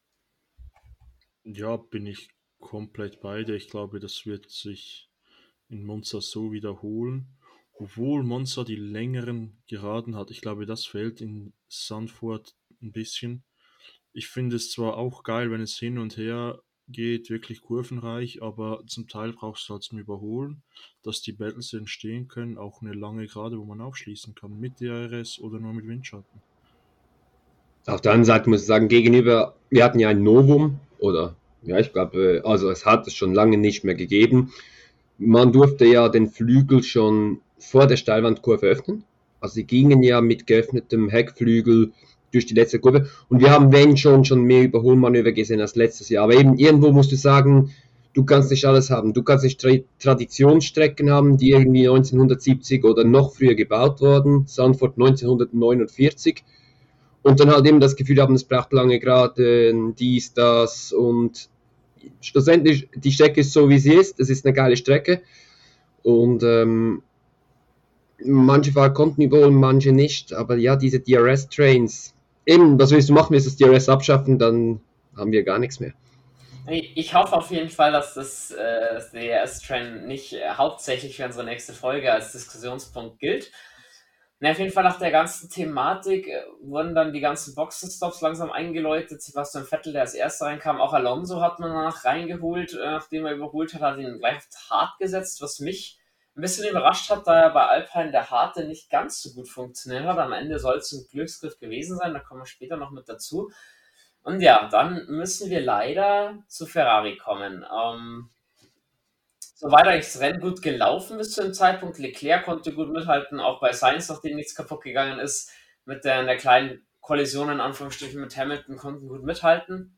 B: Ja, bin ich komplett bei dir. Ich glaube, das wird sich in Monza so wiederholen. Obwohl Monza die längeren Geraden hat. Ich glaube, das fehlt in Zandvoort ein bisschen. Ich finde es zwar auch geil, wenn es hin und her geht, wirklich kurvenreich, aber zum Teil brauchst du halt zum Überholen, dass die Battles entstehen können, auch eine lange Gerade, wo man aufschließen kann, mit D R S oder nur mit Windschatten.
C: Auf der anderen Seite muss ich sagen, gegenüber, wir hatten ja ein Novum, oder ja, ich glaube, also es hat es schon lange nicht mehr gegeben. Man durfte ja den Flügel schon vor der Steilwandkurve öffnen. Also sie gingen ja mit geöffnetem Heckflügel durch die letzte Kurve. Und wir haben, wenn schon, schon mehr Überholmanöver gesehen als letztes Jahr. Aber eben irgendwo musst du sagen, du kannst nicht alles haben. Du kannst nicht Tra- Traditionsstrecken haben, die irgendwie neunzehnhundertsiebzig oder noch früher gebaut wurden. Zandvoort neunzehnhundertneunundvierzig. Und dann halt eben das Gefühl haben, es braucht lange Geraden, dies, das und schlussendlich, die Strecke ist so, wie sie ist. Es ist eine geile Strecke. Und ähm, manche Fahrer konnten überholen, manche nicht. Aber ja, diese D R S-Trains, eben, was willst du machen, willst du das D R S abschaffen, dann haben wir gar nichts mehr.
A: Ich hoffe auf jeden Fall, dass das, äh, das D R S-Train nicht äh, hauptsächlich für unsere nächste Folge als Diskussionspunkt gilt. Na, auf jeden Fall nach der ganzen Thematik äh, wurden dann die ganzen Boxenstops langsam eingeläutet. Sebastian Vettel, der als erster reinkam, auch Alonso hat man danach reingeholt, äh, nachdem er überholt hat, hat ihn gleich hart gesetzt, was mich ein bisschen überrascht hat, da er bei Alpine der Harte nicht ganz so gut funktioniert hat. Am Ende soll es ein Glücksgriff gewesen sein, da kommen wir später noch mit dazu. Und ja, dann müssen wir leider zu Ferrari kommen. Ähm, Soweit eigentlich das Rennen gut gelaufen bis zu dem Zeitpunkt. Leclerc konnte gut mithalten, auch bei Sainz, nachdem nichts kaputt gegangen ist, mit der, der kleinen Kollision in Anführungsstrichen mit Hamilton, konnten gut mithalten.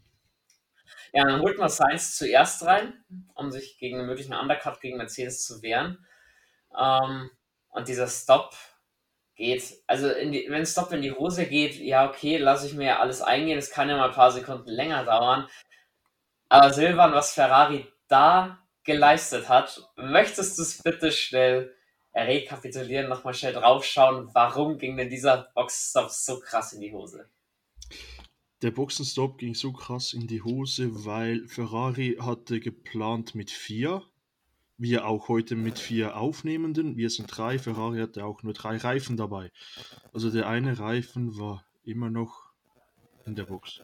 A: Ja, dann holt man Sainz zuerst rein, um sich gegen einen möglichen Undercut gegen Mercedes zu wehren. Ähm, und dieser Stop geht, also in die, wenn Stop in die Hose geht, ja okay, lasse ich mir ja alles eingehen, es kann ja mal ein paar Sekunden länger dauern. Aber Silvan, was Ferrari da geleistet hat, möchtest du es bitte schnell rekapitulieren, nochmal schnell draufschauen, warum ging denn dieser Boxenstopp so krass in die Hose?
B: Der Boxenstopp ging so krass in die Hose, weil Ferrari hatte geplant mit vier, wir auch heute mit vier Aufnehmenden, wir sind drei, Ferrari hatte auch nur drei Reifen dabei. Also der eine Reifen war immer noch in der Box.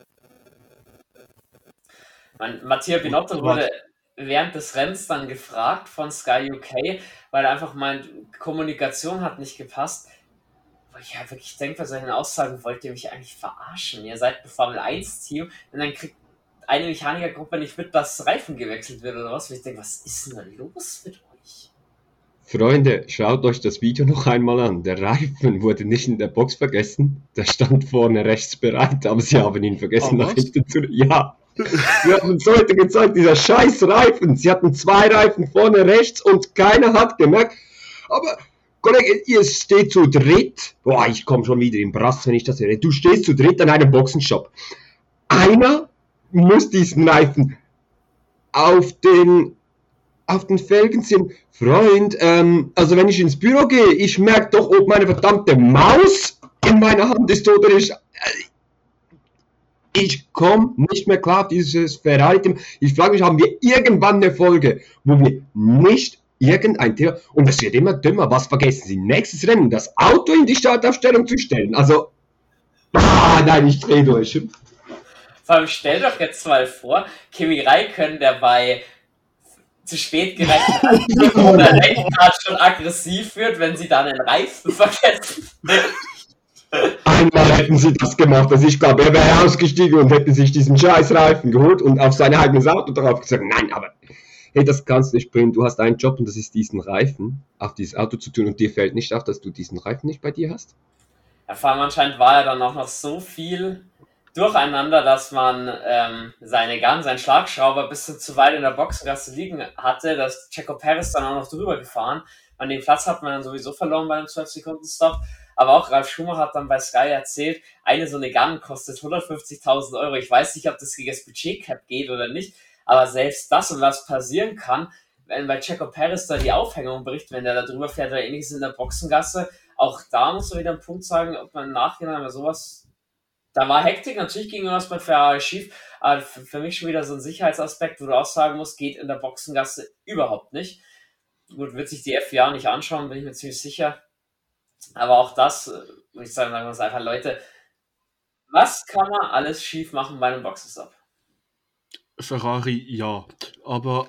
A: Man, Mattia Binotto wurde während des Rennens dann gefragt von Sky U K, weil er einfach meint, Kommunikation hat nicht gepasst. Wo ich ja wirklich denke, bei solchen Aussagen, wollt ihr mich eigentlich verarschen? Ihr seid ein Formel eins Team und dann kriegt eine Mechanikergruppe nicht mit, dass Reifen gewechselt wird oder was. Und ich denke, was ist denn da los mit euch?
C: Freunde, schaut euch das Video noch einmal an. Der Reifen wurde nicht in der Box vergessen. Der stand vorne rechts bereit, aber sie haben ihn vergessen,
B: oh,
C: nach hinten zu... Ja, wir haben uns heute gezeigt, dieser scheiß Reifen. Sie hatten zwei Reifen vorne rechts und keiner hat gemerkt. Aber, Kollege, ihr steht zu dritt. Boah, ich komme schon wieder in Brass, wenn ich das höre. Du stehst zu dritt an einem Boxenstopp. Einer muss diesen Reifen auf den... auf den Felgen ziehen. Freund, ähm, also wenn ich ins Büro gehe, ich merke doch, ob meine verdammte Maus in meiner Hand ist oder nicht. Äh, ich komme nicht mehr klar auf dieses Ferrari-Thema. Ich frage mich, haben wir irgendwann eine Folge, wo wir nicht irgendein Thema, und es wird immer dümmer, was vergessen Sie? Nächstes Rennen, das Auto in die Startaufstellung zu stellen. Also, ah, nein, ich drehe durch.
A: Vor allem stell doch jetzt mal vor, Kimi Räikkönen, der bei zu spät gerechnet hat oder Lenkrad schon aggressiv wird, wenn sie dann den Reifen vergessen.
C: Einmal hätten sie das gemacht, also ich glaube, er wäre ausgestiegen und hätte sich diesen scheiß Reifen geholt und auf sein eigenes Auto drauf gesagt, nein, aber hey, das kannst du nicht bringen, du hast einen Job und das ist diesen Reifen auf dieses Auto zu tun und dir fällt nicht auf, dass du diesen Reifen nicht bei dir hast?
A: Ja, vor allem anscheinend war ja dann auch noch so viel durcheinander, dass man ähm, seine Gun, seinen Schlagschrauber bis zu weit in der Boxengasse liegen hatte, dass Checo Perez dann auch noch drüber gefahren. An dem Platz hat man dann sowieso verloren bei einem zwölf Sekunden Stop. Aber auch Ralf Schumacher hat dann bei Sky erzählt, eine so eine Gun kostet hundertfünfzigtausend Euro. Ich weiß nicht, ob das gegen das Budgetcap geht oder nicht, aber selbst das und was passieren kann, wenn bei Checo Perez da die Aufhängung bricht, wenn der da drüber fährt oder ähnliches in der Boxengasse, auch da muss man wieder einen Punkt sagen, ob man im Nachhinein bei sowas. Da war Hektik, natürlich ging irgendwas bei Ferrari schief, aber für mich schon wieder so ein Sicherheitsaspekt, wo du auch sagen musst, geht in der Boxengasse überhaupt nicht. Gut, wird sich die F I A nicht anschauen, bin ich mir ziemlich sicher. Aber auch das, würde ich sagen, sagen wir uns einfach, Leute, was kann man alles schief machen bei einem Boxenstopp?
B: Ferrari, ja. Aber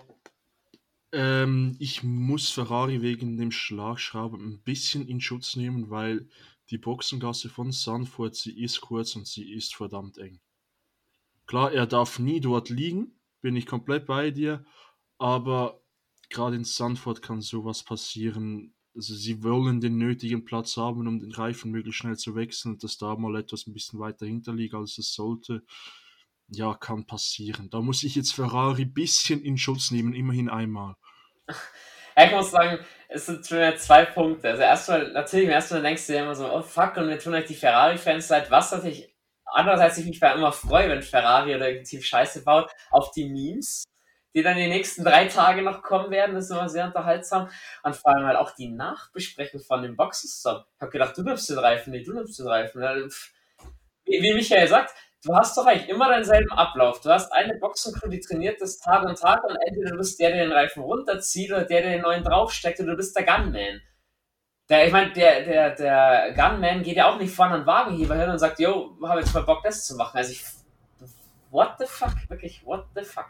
B: ähm, ich muss Ferrari wegen dem Schlagschrauber ein bisschen in Schutz nehmen, weil die Boxengasse von Zandvoort, sie ist kurz und sie ist verdammt eng. Klar, er darf nie dort liegen, bin ich komplett bei dir, aber gerade in Zandvoort kann sowas passieren. Also sie wollen den nötigen Platz haben, um den Reifen möglichst schnell zu wechseln, dass da mal etwas ein bisschen weiter hinter liegt, als es sollte. Ja, kann passieren. Da muss ich jetzt Ferrari ein bisschen in Schutz nehmen, immerhin einmal.
A: Ja, ich muss sagen, es sind schon wieder zwei Punkte. Also erstmal, natürlich, im ersten Mal denkst du dir immer so, oh fuck, und wir tun euch die Ferrari-Fans leid, was natürlich, andererseits ich mich immer freue, wenn Ferrari oder irgendwie Scheiße baut, auf die Memes, die dann die nächsten drei Tage noch kommen werden, das ist immer sehr unterhaltsam. Und vor allem halt auch die Nachbesprechung von dem Boxenstopp. Ich hab gedacht, du nimmst den Reifen, nee, du nimmst den Reifen. Wie, wie Michael sagt, du hast doch eigentlich immer denselben Ablauf. Du hast eine Boxencrew, die trainiert das Tag und Tag und entweder du bist der, der den Reifen runterzieht oder der, der den neuen draufsteckt oder du bist der Gunman. Der, ich meine, der, der, der Gunman geht ja auch nicht vorne an den Wagenheber hin und sagt, yo, habe jetzt mal Bock, das zu machen. Also ich, what the fuck? Wirklich, what the fuck?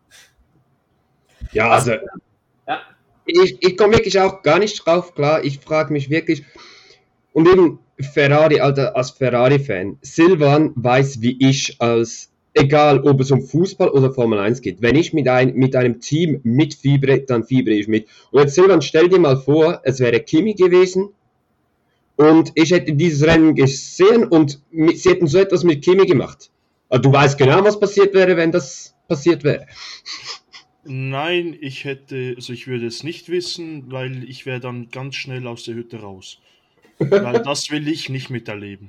C: Ja, also,
A: ja.
C: ich, ich komme wirklich auch gar nicht drauf klar. Ich frage mich wirklich, und eben Ferrari, Alter, als Ferrari-Fan, Silvan weiß wie ich, als egal ob es um Fußball oder Formel eins geht, wenn ich mit, ein, mit einem Team mitfiebere, dann fiebere ich mit. Und jetzt Silvan, stell dir mal vor, es wäre Kimi gewesen und ich hätte dieses Rennen gesehen und sie hätten so etwas mit Kimi gemacht. Also du weißt genau, was passiert wäre, wenn das passiert wäre.
B: Nein, ich hätte, also ich würde es nicht wissen, weil ich wäre dann ganz schnell aus der Hütte raus. Weil das will ich nicht miterleben.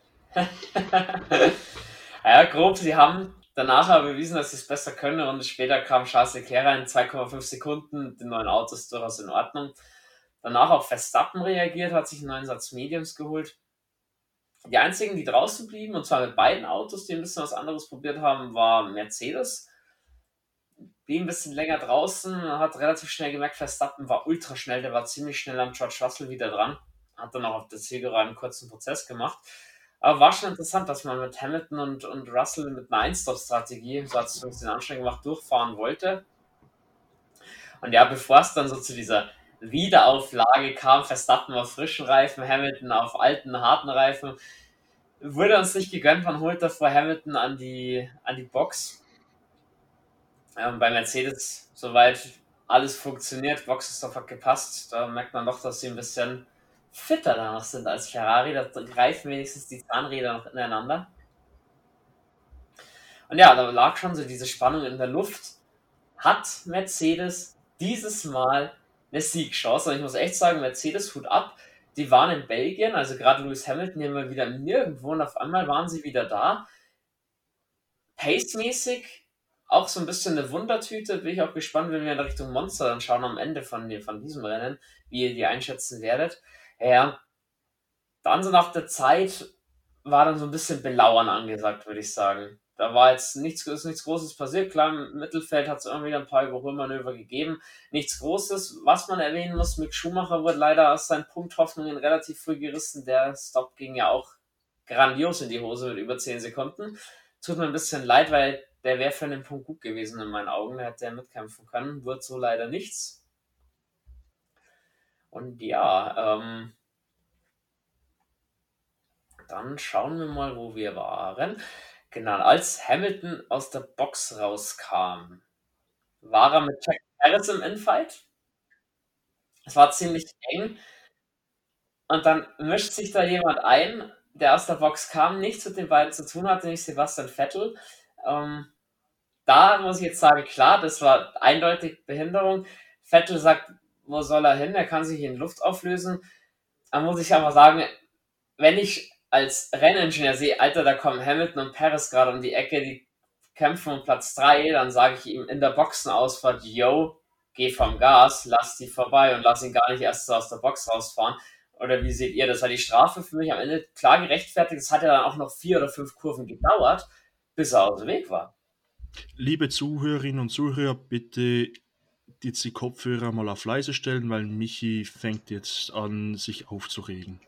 A: Ja, grob, sie haben danach aber bewiesen, dass sie es besser können und später kam Charles Leclerc in zwei Komma fünf Sekunden mit den neuen Autos durchaus in Ordnung. Danach auch Verstappen reagiert, hat sich einen neuen Satz Mediums geholt. Die einzigen, die draußen blieben, und zwar mit beiden Autos, die ein bisschen was anderes probiert haben, war Mercedes. Blieb ein bisschen länger draußen, hat relativ schnell gemerkt, Verstappen war ultra schnell, der war ziemlich schnell am George Russell wieder dran. Hat dann auch auf der Zielgerade einen kurzen Prozess gemacht. Aber war schon interessant, dass man mit Hamilton und, und Russell mit einer Ein-Stop-Strategie, so hat es uns den Anschein gemacht, durchfahren wollte. Und ja, bevor es dann so zu dieser Wiederauflage kam, Verstappen auf frischen Reifen, Hamilton auf alten, harten Reifen, wurde uns nicht gegönnt, man holt davor Hamilton an die, an die Box. Ähm, bei Mercedes soweit alles funktioniert, Boxenstopp hat gepasst, da merkt man doch, dass sie ein bisschen fitter danach sind als Ferrari, da greifen wenigstens die Zahnräder noch ineinander. Und ja, da lag schon so diese Spannung in der Luft. Hat Mercedes dieses Mal eine Siegchance? Und ich muss echt sagen, Mercedes, Hut ab, die waren in Belgien, also gerade Lewis Hamilton hier mal wieder nirgendwo und auf einmal waren sie wieder da. Pace-mäßig auch so ein bisschen eine Wundertüte, bin ich auch gespannt, wenn wir in Richtung Monster dann schauen am Ende von, von diesem Rennen, wie ihr die einschätzen werdet. Ja, dann so nach der Zeit war dann so ein bisschen Belauern angesagt, würde ich sagen. Da war jetzt nichts, ist nichts Großes passiert. Klar, im Mittelfeld hat es immer wieder ein paar Überholmanöver gegeben. Nichts Großes. Was man erwähnen muss, Mick Schumacher wurde leider aus seinen Punkthoffnungen relativ früh gerissen. Der Stop ging ja auch grandios in die Hose mit über zehn Sekunden. Tut mir ein bisschen leid, weil der wäre für den Punkt gut gewesen in meinen Augen. Der hätte er mitkämpfen können. Wird so leider nichts. Und ja, ähm, dann schauen wir mal, wo wir waren. Genau, als Hamilton aus der Box rauskam, war er mit Jack Harris im Infight. Es war ziemlich eng. Und dann mischt sich da jemand ein, der aus der Box kam, nichts mit den beiden zu tun hatte, nämlich Sebastian Vettel. Ähm, da muss ich jetzt sagen, klar, das war eindeutig Behinderung. Vettel sagt, wo soll er hin? Er kann sich in Luft auflösen. Da muss ich aber sagen, wenn ich als Renningenieur sehe, Alter, da kommen Hamilton und Perez gerade um die Ecke, die kämpfen um Platz drei, dann sage ich ihm in der Boxenausfahrt, yo, geh vom Gas, lass die vorbei und lass ihn gar nicht erst so aus der Box rausfahren. Oder wie seht ihr das? War die Strafe für mich am Ende klar gerechtfertigt. Es hat ja dann auch noch vier oder fünf Kurven gedauert, bis er aus dem Weg war.
B: Liebe Zuhörerinnen und Zuhörer, bitte jetzt die Kopfhörer mal auf leise stellen, weil Michi fängt jetzt an, sich aufzuregen.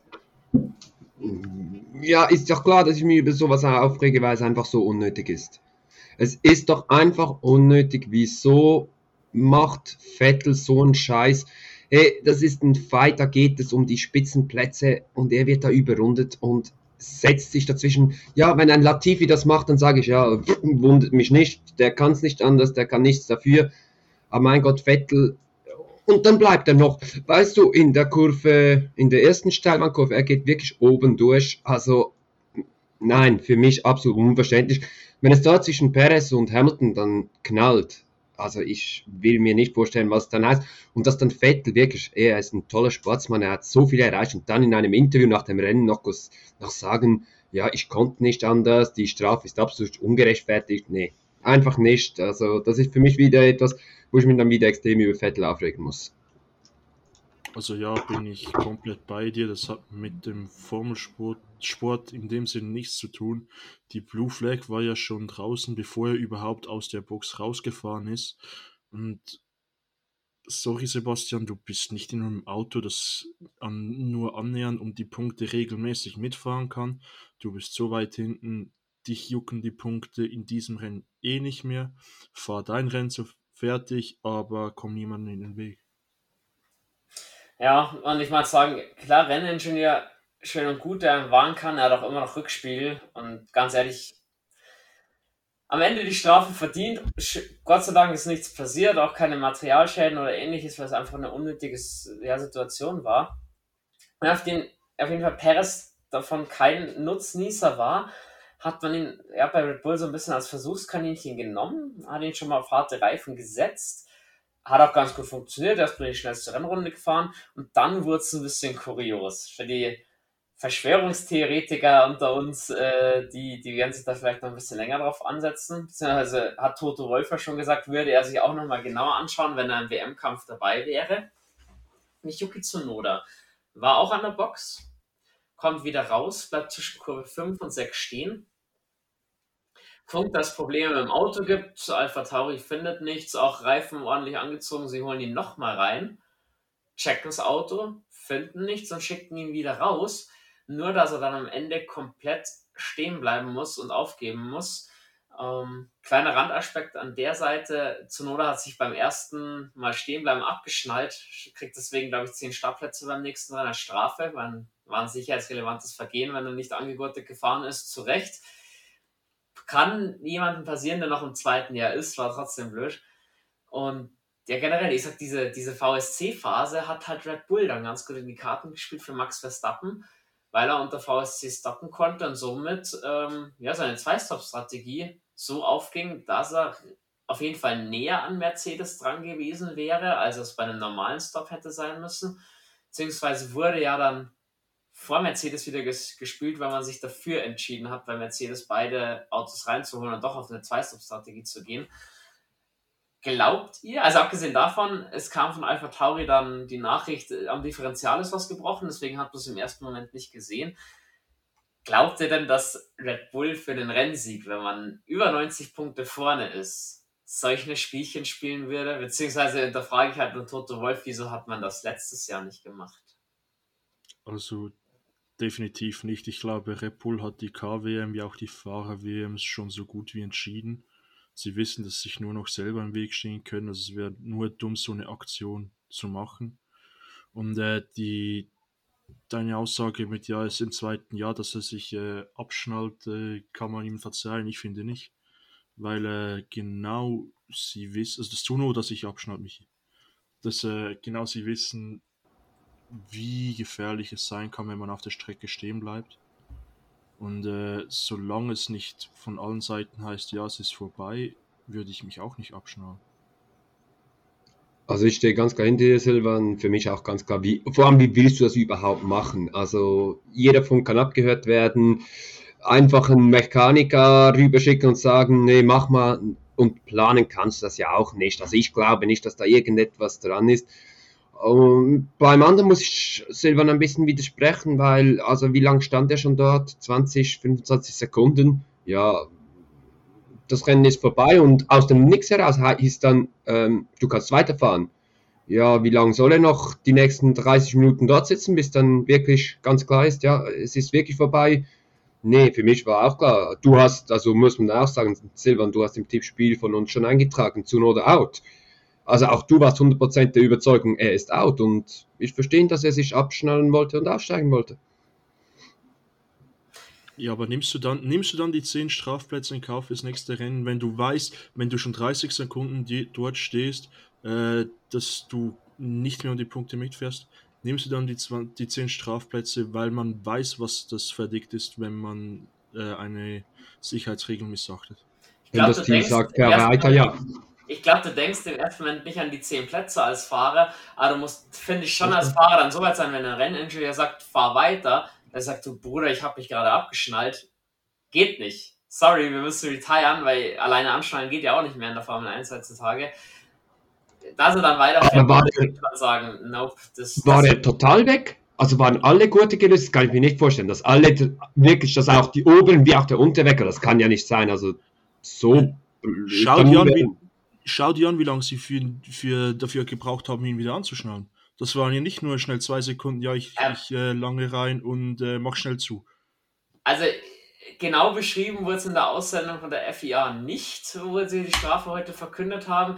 C: Ja, ist doch klar, dass ich mich über sowas aufrege, weil es einfach so unnötig ist. Es ist doch einfach unnötig. Wieso macht Vettel so einen Scheiß? Hey, das ist ein Fight, da geht es um die Spitzenplätze und er wird da überrundet und setzt sich dazwischen. Ja, wenn ein Latifi das macht, dann sage ich, ja, wundert mich nicht, der kann es nicht anders, der kann nichts dafür. Aber mein Gott, Vettel, und dann bleibt er noch, weißt du, in der Kurve, in der ersten Steilbahnkurve, er geht wirklich oben durch. Also, nein, für mich absolut unverständlich. Wenn es da zwischen Perez und Hamilton dann knallt, also ich will mir nicht vorstellen, was dann heißt. Und dass dann Vettel wirklich, er ist ein toller Sportsmann, er hat so viel erreicht und dann in einem Interview nach dem Rennen noch, noch sagen, ja, ich konnte nicht anders, die Strafe ist absolut ungerechtfertigt. Nee, einfach nicht. Also das ist für mich wieder etwas, wo ich mich dann wieder extrem über Vettel aufregen muss.
B: Also ja, bin ich komplett bei dir. Das hat mit dem Formelsport Sport in dem Sinne nichts zu tun. Die Blue Flag war ja schon draußen, bevor er überhaupt aus der Box rausgefahren ist. Und sorry Sebastian, du bist nicht in einem Auto, das an, nur annähernd um die Punkte regelmäßig mitfahren kann. Du bist so weit hinten, dich jucken die Punkte in diesem Rennen eh nicht mehr. Fahr dein Rennen so fertig, aber komm niemandem in den Weg.
A: Ja, und ich muss sagen, klar, Renningenieur, schön und gut, der im Wagen kann, er hat auch immer noch Rückspiel und ganz ehrlich, am Ende die Strafe verdient. Gott sei Dank ist nichts passiert, auch keine Materialschäden oder ähnliches, weil es einfach eine unnötige ja, Situation war. Und auf, den, auf jeden Fall Perez davon kein Nutznießer war, hat man ihn ja, bei Red Bull so ein bisschen als Versuchskaninchen genommen, hat ihn schon mal auf harte Reifen gesetzt. Hat auch ganz gut funktioniert, erst bin ich schnellste Rennrunde gefahren und dann wurde es ein bisschen kurios. Für die Verschwörungstheoretiker unter uns, äh, die, die werden sich da vielleicht noch ein bisschen länger drauf ansetzen. Beziehungsweise hat Toto Wolff schon gesagt, würde er sich auch nochmal genauer anschauen, wenn er im W M-Kampf dabei wäre. Miyuki Tsunoda war auch an der Box, kommt wieder raus, bleibt zwischen Kurve fünf und sechs stehen. Funk, dass es Probleme im Auto gibt. AlphaTauri findet nichts, auch Reifen ordentlich angezogen. Sie holen ihn nochmal rein, checken das Auto, finden nichts und schicken ihn wieder raus. Nur, dass er dann am Ende komplett stehen bleiben muss und aufgeben muss. Ähm, kleiner Randaspekt an der Seite. Tsunoda hat sich beim ersten Mal stehen bleiben abgeschnallt, kriegt deswegen, glaube ich, zehn Startplätze beim nächsten Rennen als Strafe. War ein sicherheitsrelevantes Vergehen, wenn er nicht angegurtet gefahren ist, zu Recht. Kann jemandem passieren, der noch im zweiten Jahr ist, war trotzdem blöd. Und ja, generell, ich sag, diese, diese V S C-Phase hat halt Red Bull dann ganz gut in die Karten gespielt für Max Verstappen, weil er unter V S C stoppen konnte und somit ähm, ja, seine Zwei-Stop-Strategie so aufging, dass er auf jeden Fall näher an Mercedes dran gewesen wäre, als es bei einem normalen Stop hätte sein müssen. Beziehungsweise wurde ja dann vor Mercedes wieder ges- gespielt, weil man sich dafür entschieden hat, bei Mercedes beide Autos reinzuholen und doch auf eine Zwei-Stop-Strategie zu gehen. Glaubt ihr, also abgesehen davon, es kam von AlphaTauri dann die Nachricht, am Differential ist was gebrochen, deswegen habt ihr es im ersten Moment nicht gesehen. Glaubt ihr denn, dass Red Bull für den Rennsieg, wenn man über neunzig Punkte vorne ist, solche Spielchen spielen würde? Beziehungsweise hinterfrage ich halt nur Toto Wolff, wieso hat man das letztes Jahr nicht gemacht?
B: Also definitiv nicht. Ich glaube, Red Bull hat die K W M wie auch die Fahrer-W Ms schon so gut wie entschieden. Sie wissen, dass sie sich nur noch selber im Weg stehen können. Also es wäre nur dumm, so eine Aktion zu machen. Und äh, die deine Aussage mit, ja, es ist im zweiten Jahr, dass er sich äh, abschnallt, äh, kann man ihm verzeihen. Ich finde nicht. Weil äh, genau sie wissen, also das Zuno, dass ich abschnallt, Michi, dass äh, genau sie wissen, wie gefährlich es sein kann, wenn man auf der Strecke stehen bleibt. Und äh, solange es nicht von allen Seiten heißt, ja, es ist vorbei, würde ich mich auch nicht abschnallen.
C: Also ich stehe ganz klar hinter dir, Silvan. Für mich auch ganz klar, wie, vor allem, wie willst du das überhaupt machen? Also jeder Funk kann abgehört werden. Einfach einen Mechaniker rüberschicken und sagen, nee, mach mal. Und planen kannst du das ja auch nicht. Also ich glaube nicht, dass da irgendetwas dran ist. Und beim anderen muss ich Silvan ein bisschen widersprechen, weil, also wie lange stand er schon dort? zwanzig, fünfundzwanzig Sekunden? Ja, das Rennen ist vorbei und aus dem Nix heraus hieß dann, ähm, du kannst weiterfahren. Ja, wie lange soll er noch die nächsten dreißig Minuten dort sitzen, bis dann wirklich ganz klar ist, ja, es ist wirklich vorbei? Nee, für mich war auch klar, du hast, also muss man auch sagen, Silvan, du hast im Tippspiel von uns schon eingetragen, Tsunoda out. Also auch du warst hundert Prozent der Überzeugung, er ist out und ich verstehe, dass er sich abschnallen wollte und aufsteigen wollte.
B: Ja, aber nimmst du dann, nimmst du dann die zehn Strafplätze in Kauf fürs nächste Rennen, wenn du weißt, wenn du schon dreißig Sekunden die, dort stehst, äh, dass du nicht mehr um die Punkte mitfährst? Nimmst du dann die, zwanzig, die zehn Strafplätze, weil man weiß, was das Verdikt ist, wenn man äh, eine Sicherheitsregel missachtet?
C: Ich glaub, wenn das Team denkst, sagt, per weiter, ja.
A: Ich glaube, du denkst im ersten Moment nicht an die zehn Plätze als Fahrer, aber du musst, finde ich, schon als Fahrer dann so weit sein, wenn ein Renningenieur sagt, fahr weiter, er sagt, du Bruder, ich habe mich gerade abgeschnallt. Geht nicht. Sorry, wir müssen retiren, weil alleine anschnallen geht ja auch nicht mehr in der Formel eins heutzutage. Da sie dann weiterfährt, würde ich dann sagen, nope. Das,
C: war
A: das
C: er total weg? Also waren alle Gurte gelöst? Das kann ich mir nicht vorstellen. Dass alle wirklich, dass auch die oberen wie auch der Unterwecker, das kann ja nicht sein. Also so.
B: Schau dir an, wie, schau dir an, wie lange sie für, für, dafür gebraucht haben, ihn wieder anzuschnallen. Das waren ja nicht nur schnell zwei Sekunden, ja, ich, ja. ich äh, lange rein und äh, mach schnell zu.
A: Also genau beschrieben wurde es in der Aussendung von der F I A nicht, wo sie die Strafe heute verkündet haben.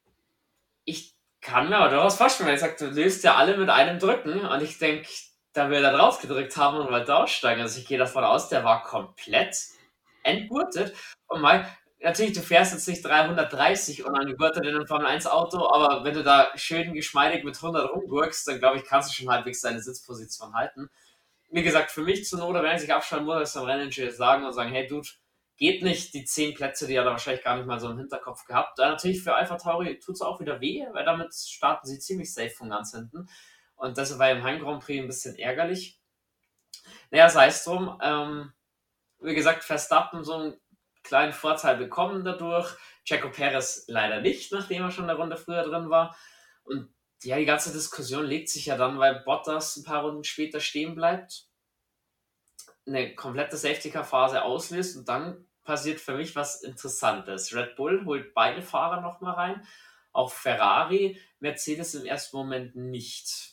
A: Ich kann mir aber durchaus vorstellen, weil ich sage, du löst ja alle mit einem Drücken und ich denke, da wir da drauf gedrückt haben und weiter aussteigen. Also ich gehe davon aus, der war komplett entgurtet. Und mal, natürlich, du fährst jetzt nicht dreihundertdreißig unangegurtet in einem Formel eins Auto, aber wenn du da schön geschmeidig mit hundert rumgurkst, dann glaube ich, kannst du schon halbwegs deine Sitzposition halten. Wie gesagt, für mich zur Not, wenn ich sich abschalten muss, als am Renningenieur sagen und sagen, hey Dude, geht nicht, die zehn Plätze, die er da wahrscheinlich gar nicht mal so im Hinterkopf gehabt. Da natürlich für AlphaTauri tut es auch wieder weh, weil damit starten sie ziemlich safe von ganz hinten. Und das war im Heim Grand Prix ein bisschen ärgerlich. Naja, sei es drum. Ähm, wie gesagt, Verstappen so einen kleinen Vorteil bekommen dadurch. Checo Perez leider nicht, nachdem er schon eine Runde früher drin war. Und ja, die ganze Diskussion legt sich ja dann, weil Bottas ein paar Runden später stehen bleibt, eine komplette Safety-Car-Phase auslöst und dann passiert für mich was Interessantes. Red Bull holt beide Fahrer nochmal rein, auch Ferrari, Mercedes im ersten Moment nicht.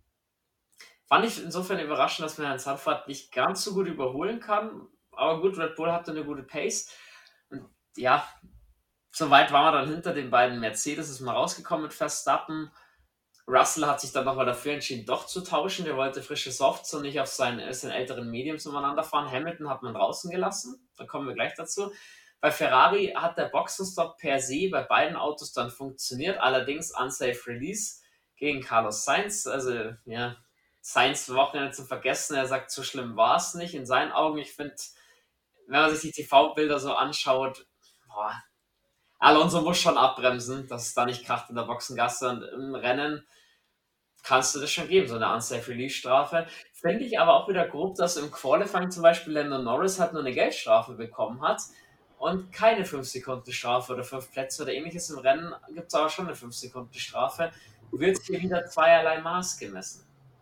A: Fand ich insofern überraschend, dass man Herrn Zandvoort nicht ganz so gut überholen kann, aber gut, Red Bull hatte eine gute Pace und ja, soweit war man dann hinter den beiden Mercedes, ist mal rausgekommen mit Verstappen. Russell hat sich dann nochmal dafür entschieden, doch zu tauschen. Der wollte frische Softs und nicht auf seinen, seinen älteren Mediums umeinander fahren. Hamilton hat man draußen gelassen. Da kommen wir gleich dazu. Bei Ferrari hat der Boxenstopp per se bei beiden Autos dann funktioniert. Allerdings unsafe Release gegen Carlos Sainz. Also, ja, Sainz Wochenende zu vergessen. Er sagt, so schlimm war es nicht. In seinen Augen, ich finde, wenn man sich die T V-Bilder so anschaut, boah, Alonso muss schon abbremsen, dass es da nicht kracht in der Boxengasse und im Rennen kannst du das schon geben, so eine Unsafe-Release-Strafe. Finde ich aber auch wieder grob, dass im Qualifying zum Beispiel Lando Norris halt nur eine Geldstrafe bekommen hat und keine fünf Sekunden Strafe oder fünf Plätze oder ähnliches. Im Rennen gibt es aber schon eine fünf Sekunden Strafe. Wird hier wieder zweierlei Maß gemessen?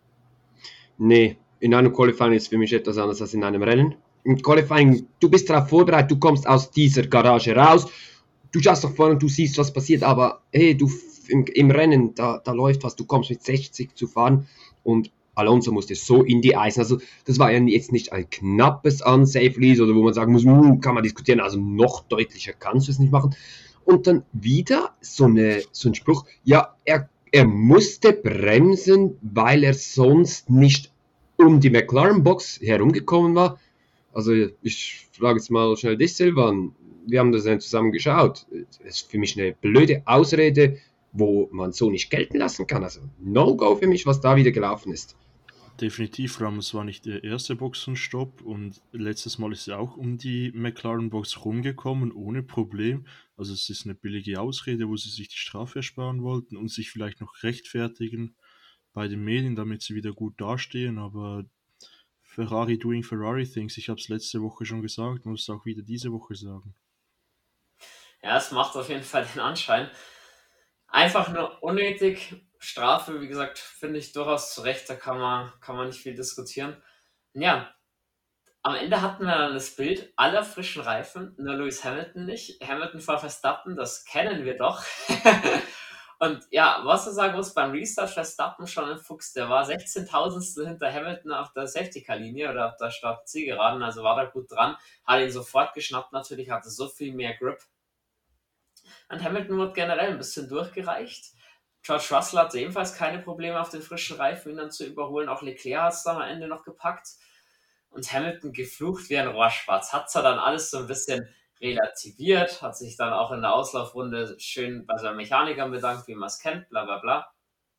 C: Nee, in einem Qualifying ist für mich etwas anders als in einem Rennen. Im Qualifying, du bist darauf vorbereitet, du kommst aus dieser Garage raus, du schaust nach vorne und du siehst, was passiert, aber hey, du im, im Rennen, da, da läuft was, du kommst mit sechzig zu fahren und Alonso musste so in die Eisen. Also das war ja jetzt nicht ein knappes Unsafe Release oder wo man sagen muss, hm, kann man diskutieren, also noch deutlicher kannst du es nicht machen. Und dann wieder so, eine, so ein Spruch, ja, er, er musste bremsen, weil er sonst nicht um die McLaren-Box herumgekommen war. Also ich frage jetzt mal schnell dich, Silvan, wir haben das dann zusammen geschaut. Das ist für mich eine blöde Ausrede, wo man so nicht gelten lassen kann. Also No-Go für mich, was da wieder gelaufen ist.
B: Definitiv, Ramos war nicht der erste Boxenstopp und letztes Mal ist er auch um die McLaren-Box rumgekommen, ohne Problem. Also es ist eine billige Ausrede, wo sie sich die Strafe ersparen wollten und sich vielleicht noch rechtfertigen bei den Medien, damit sie wieder gut dastehen, aber Ferrari doing Ferrari things, ich habe es letzte Woche schon gesagt, muss es auch wieder diese Woche sagen.
A: Ja, es macht auf jeden Fall den Anschein. Einfach nur unnötig. Strafe, wie gesagt, finde ich durchaus zu Recht, da kann man, kann man nicht viel diskutieren. Ja, am Ende hatten wir dann das Bild aller frischen Reifen, nur Lewis Hamilton nicht. Hamilton vor Verstappen, das kennen wir doch. Und ja, was ich sagen muss, beim Restart Verstappen schon ein Fuchs, der war sechzehntausendstel hinter Hamilton auf der Safety-Car-Linie oder auf der Start-Zielgeraden, also war da gut dran, hat ihn sofort geschnappt natürlich, hatte so viel mehr Grip. Und Hamilton wird generell ein bisschen durchgereicht. George Russell hatte ebenfalls keine Probleme auf den frischen Reifen, ihn dann zu überholen. Auch Leclerc hat es dann am Ende noch gepackt. Und Hamilton geflucht wie ein Rohrspatz. Hat zwar dann alles so ein bisschen relativiert, hat sich dann auch in der Auslaufrunde schön bei seinen Mechanikern bedankt, wie man es kennt, bla bla bla.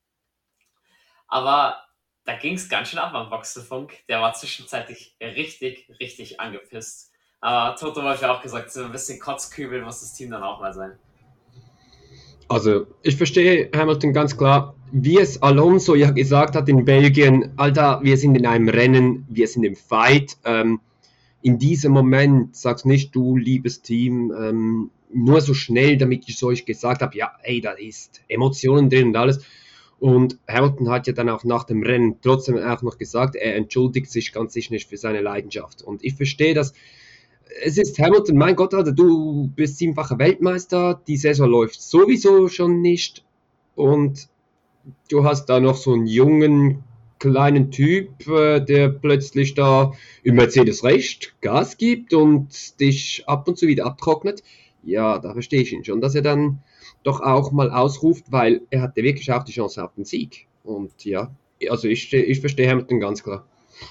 A: Aber da ging es ganz schön ab am Boxenfunk. Der war zwischenzeitlich richtig, richtig angepisst. Aber Toto Wolff ja auch gesagt, so ein bisschen Kotzkübel muss das Team dann auch mal sein.
C: Also, ich verstehe Hamilton ganz klar, wie es Alonso ja gesagt hat in Belgien, Alter, wir sind in einem Rennen, wir sind im Fight. Ähm, in diesem Moment sagst nicht du, liebes Team, ähm, nur so schnell, damit ich es euch gesagt habe, ja, ey, da ist Emotionen drin und alles. Und Hamilton hat ja dann auch nach dem Rennen trotzdem auch noch gesagt, er entschuldigt sich ganz sicher nicht für seine Leidenschaft. Und ich verstehe das. Es ist Hamilton, mein Gott, Alter, du bist siebenfacher Weltmeister, die Saison läuft sowieso schon nicht und du hast da noch so einen jungen, kleinen Typ, äh, der plötzlich da im Mercedes recht Gas gibt und dich ab und zu wieder abtrocknet. Ja, da verstehe ich ihn schon, dass er dann doch auch mal ausruft, weil er hatte wirklich auch die Chance auf den Sieg. Und ja, also ich, ich verstehe Hamilton ganz klar.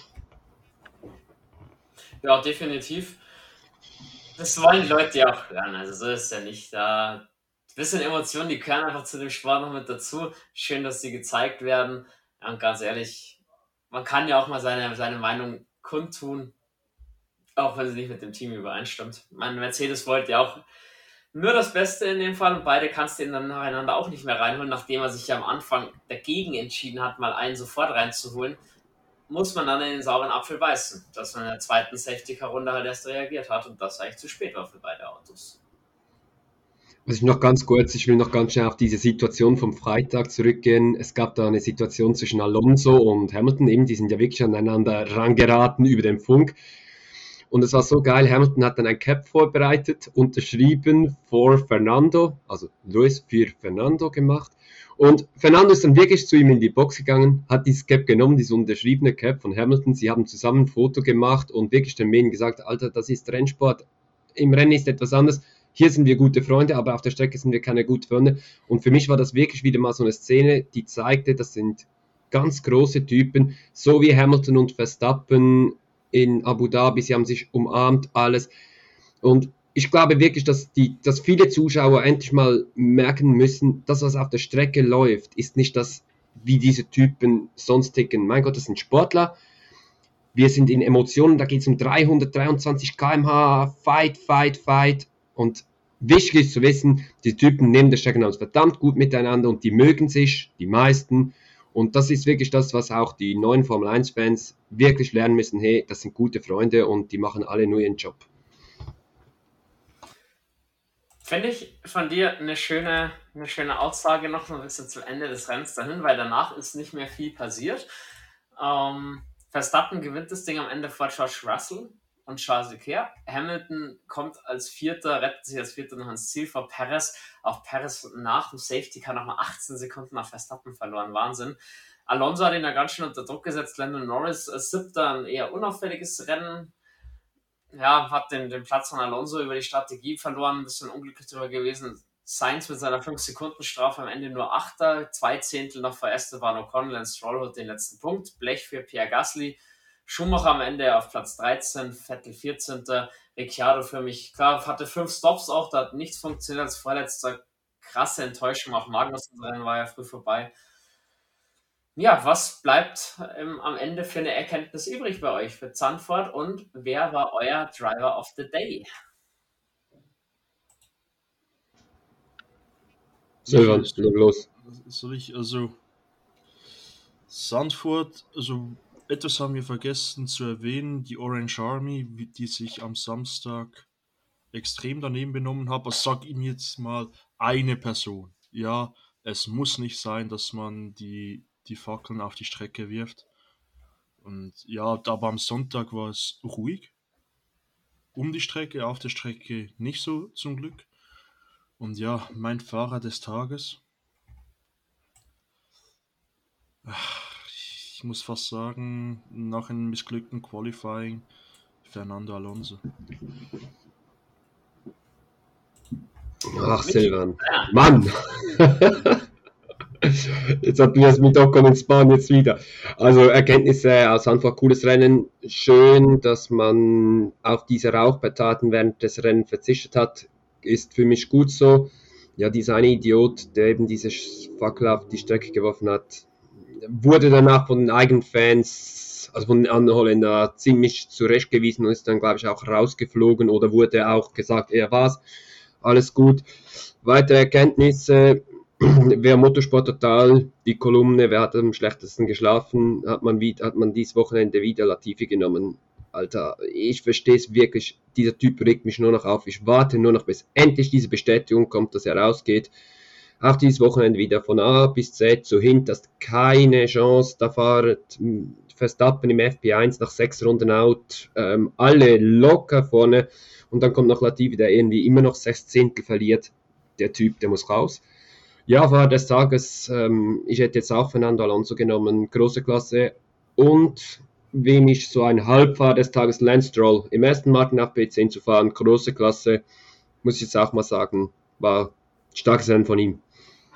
A: Ja, definitiv. Das wollen die Leute ja auch hören, also so ist es ja nicht. Da ein bisschen Emotionen, die gehören einfach zu dem Sport noch mit dazu. Schön, dass sie gezeigt werden. Ja, und ganz ehrlich, man kann ja auch mal seine, seine Meinung kundtun, auch wenn sie nicht mit dem Team übereinstimmt. Mein Mercedes wollte ja auch nur das Beste in dem Fall und beide kannst du ihn dann nacheinander auch nicht mehr reinholen, nachdem er sich ja am Anfang dagegen entschieden hat, mal einen sofort reinzuholen. Muss man dann in den sauren Apfel beißen, dass man in der zweiten Safety-Car-Runde halt erst reagiert hat und das eigentlich zu spät war für beide Autos.
C: Also ich noch ganz kurz, ich will noch ganz schnell auf diese Situation vom Freitag zurückgehen. Es gab da eine Situation zwischen Alonso und Hamilton, eben, die sind ja wirklich aneinander rangeraten über den Funk. Und es war so geil, Hamilton hat dann ein Cap vorbereitet, unterschrieben for Fernando, also Lewis für Fernando gemacht. Und Fernando ist dann wirklich zu ihm in die Box gegangen, hat dieses Cap genommen, dieses unterschriebene Cap von Hamilton. Sie haben zusammen ein Foto gemacht und wirklich den Medien gesagt, Alter, das ist Rennsport, im Rennen ist etwas anderes. Hier sind wir gute Freunde, aber auf der Strecke sind wir keine guten Freunde. Und für mich war das wirklich wieder mal so eine Szene, die zeigte, das sind ganz große Typen, so wie Hamilton und Verstappen in Abu Dhabi, sie haben sich umarmt, alles. Und ich glaube wirklich, dass, die, dass viele Zuschauer endlich mal merken müssen, das, was auf der Strecke läuft, ist nicht das, wie diese Typen sonst ticken. Mein Gott, das sind Sportler. Wir sind in Emotionen, da geht es um dreihundertdreiundzwanzig Kilometer pro Stunde, Fight, Fight, Fight. Und wichtig ist zu wissen, die Typen nehmen der Strecke verdammt gut miteinander und die mögen sich, die meisten. Und das ist wirklich das, was auch die neuen Formel eins Fans wirklich lernen müssen. Hey, das sind gute Freunde und die machen alle nur ihren Job.
A: Finde ich von dir eine schöne, eine schöne Aussage noch so ein bisschen zum Ende des Rennens dahin, weil danach ist nicht mehr viel passiert. Ähm, Verstappen gewinnt das Ding am Ende vor George Russell. und Charles Leclerc. Hamilton kommt als Vierter, rettet sich als Vierter noch ans Ziel vor Perez. Auch Perez nach dem Safety Car nochmal achtzehn Sekunden nach Verstappen verloren. Wahnsinn. Alonso hat ihn ja ganz schön unter Druck gesetzt. Lando Norris als Siebter, ein eher unauffälliges Rennen. Ja, hat den, den Platz von Alonso über die Strategie verloren, ein bisschen unglücklich drüber gewesen. Sainz mit seiner fünf Sekunden Strafe am Ende nur Achter, zwei Zehntel noch vor Esteban Ocon, Lance Stroll holt den letzten Punkt, Blech für Pierre Gasly, Schumacher am Ende auf Platz dreizehn, Vettel vierzehnter, Ricciardo für mich, klar, hatte fünf Stops auch, da hat nichts funktioniert als Vorletzter, krasse Enttäuschung, auch Magnussen Rennen war ja früh vorbei. Ja, was bleibt ähm, am Ende für eine Erkenntnis übrig bei euch für Zandvoort und wer war euer Driver of the Day?
C: Silvan, los.
B: Soll ich, also Zandvoort, also etwas haben wir vergessen zu erwähnen, die Orange Army, die sich am Samstag extrem daneben benommen hat. Ich sag ihm jetzt mal eine Person. Ja, es muss nicht sein, dass man die, die Fackeln auf die Strecke wirft. Und ja, aber am Sonntag war es ruhig. Um die Strecke, auf der Strecke nicht so zum Glück. Und ja, mein Fahrer des Tages. Ich muss fast sagen, nach einem missglückten Qualifying, Fernando Alonso.
C: Ach, Silvan. Mann! Jetzt hatten wir es mit Ocon und Span jetzt wieder. Also Erkenntnisse aus Zandvoort, cooles Rennen. Schön, dass man auf diese Rauchpetaten während des Rennens verzichtet hat. Ist für mich gut so. Ja, dieser eine Idiot, der eben diese Fackel auf die Strecke geworfen hat, wurde danach von den eigenen Fans, also von den anderen Holländern, ziemlich zurechtgewiesen und ist dann, glaube ich, auch rausgeflogen oder wurde auch gesagt, er war's. Alles gut. Weitere Erkenntnisse, wer Motorsport Total, die Kolumne, wer hat am schlechtesten geschlafen, hat man, wie, hat man dieses Wochenende wieder Latifi genommen. Alter, ich verstehe es wirklich, dieser Typ regt mich nur noch auf. Ich warte nur noch, bis endlich diese Bestätigung kommt, dass er rausgeht. Auch dieses Wochenende wieder von A bis Z, so Hint, dass keine Chance, da fahrt Verstappen im F P eins nach sechs Runden out, ähm, alle locker vorne und dann kommt noch Latifi, der irgendwie immer noch sechs Zehntel verliert. Der Typ, der muss raus. Ja, Fahrer des Tages, ähm, ich hätte jetzt auch Fernando Alonso genommen, große Klasse und wem ich so ein Halbfahrer des Tages, Lance Stroll, im ersten Martin auf P zehn zu fahren, große Klasse, muss ich jetzt auch mal sagen, war starkes Rennen von ihm.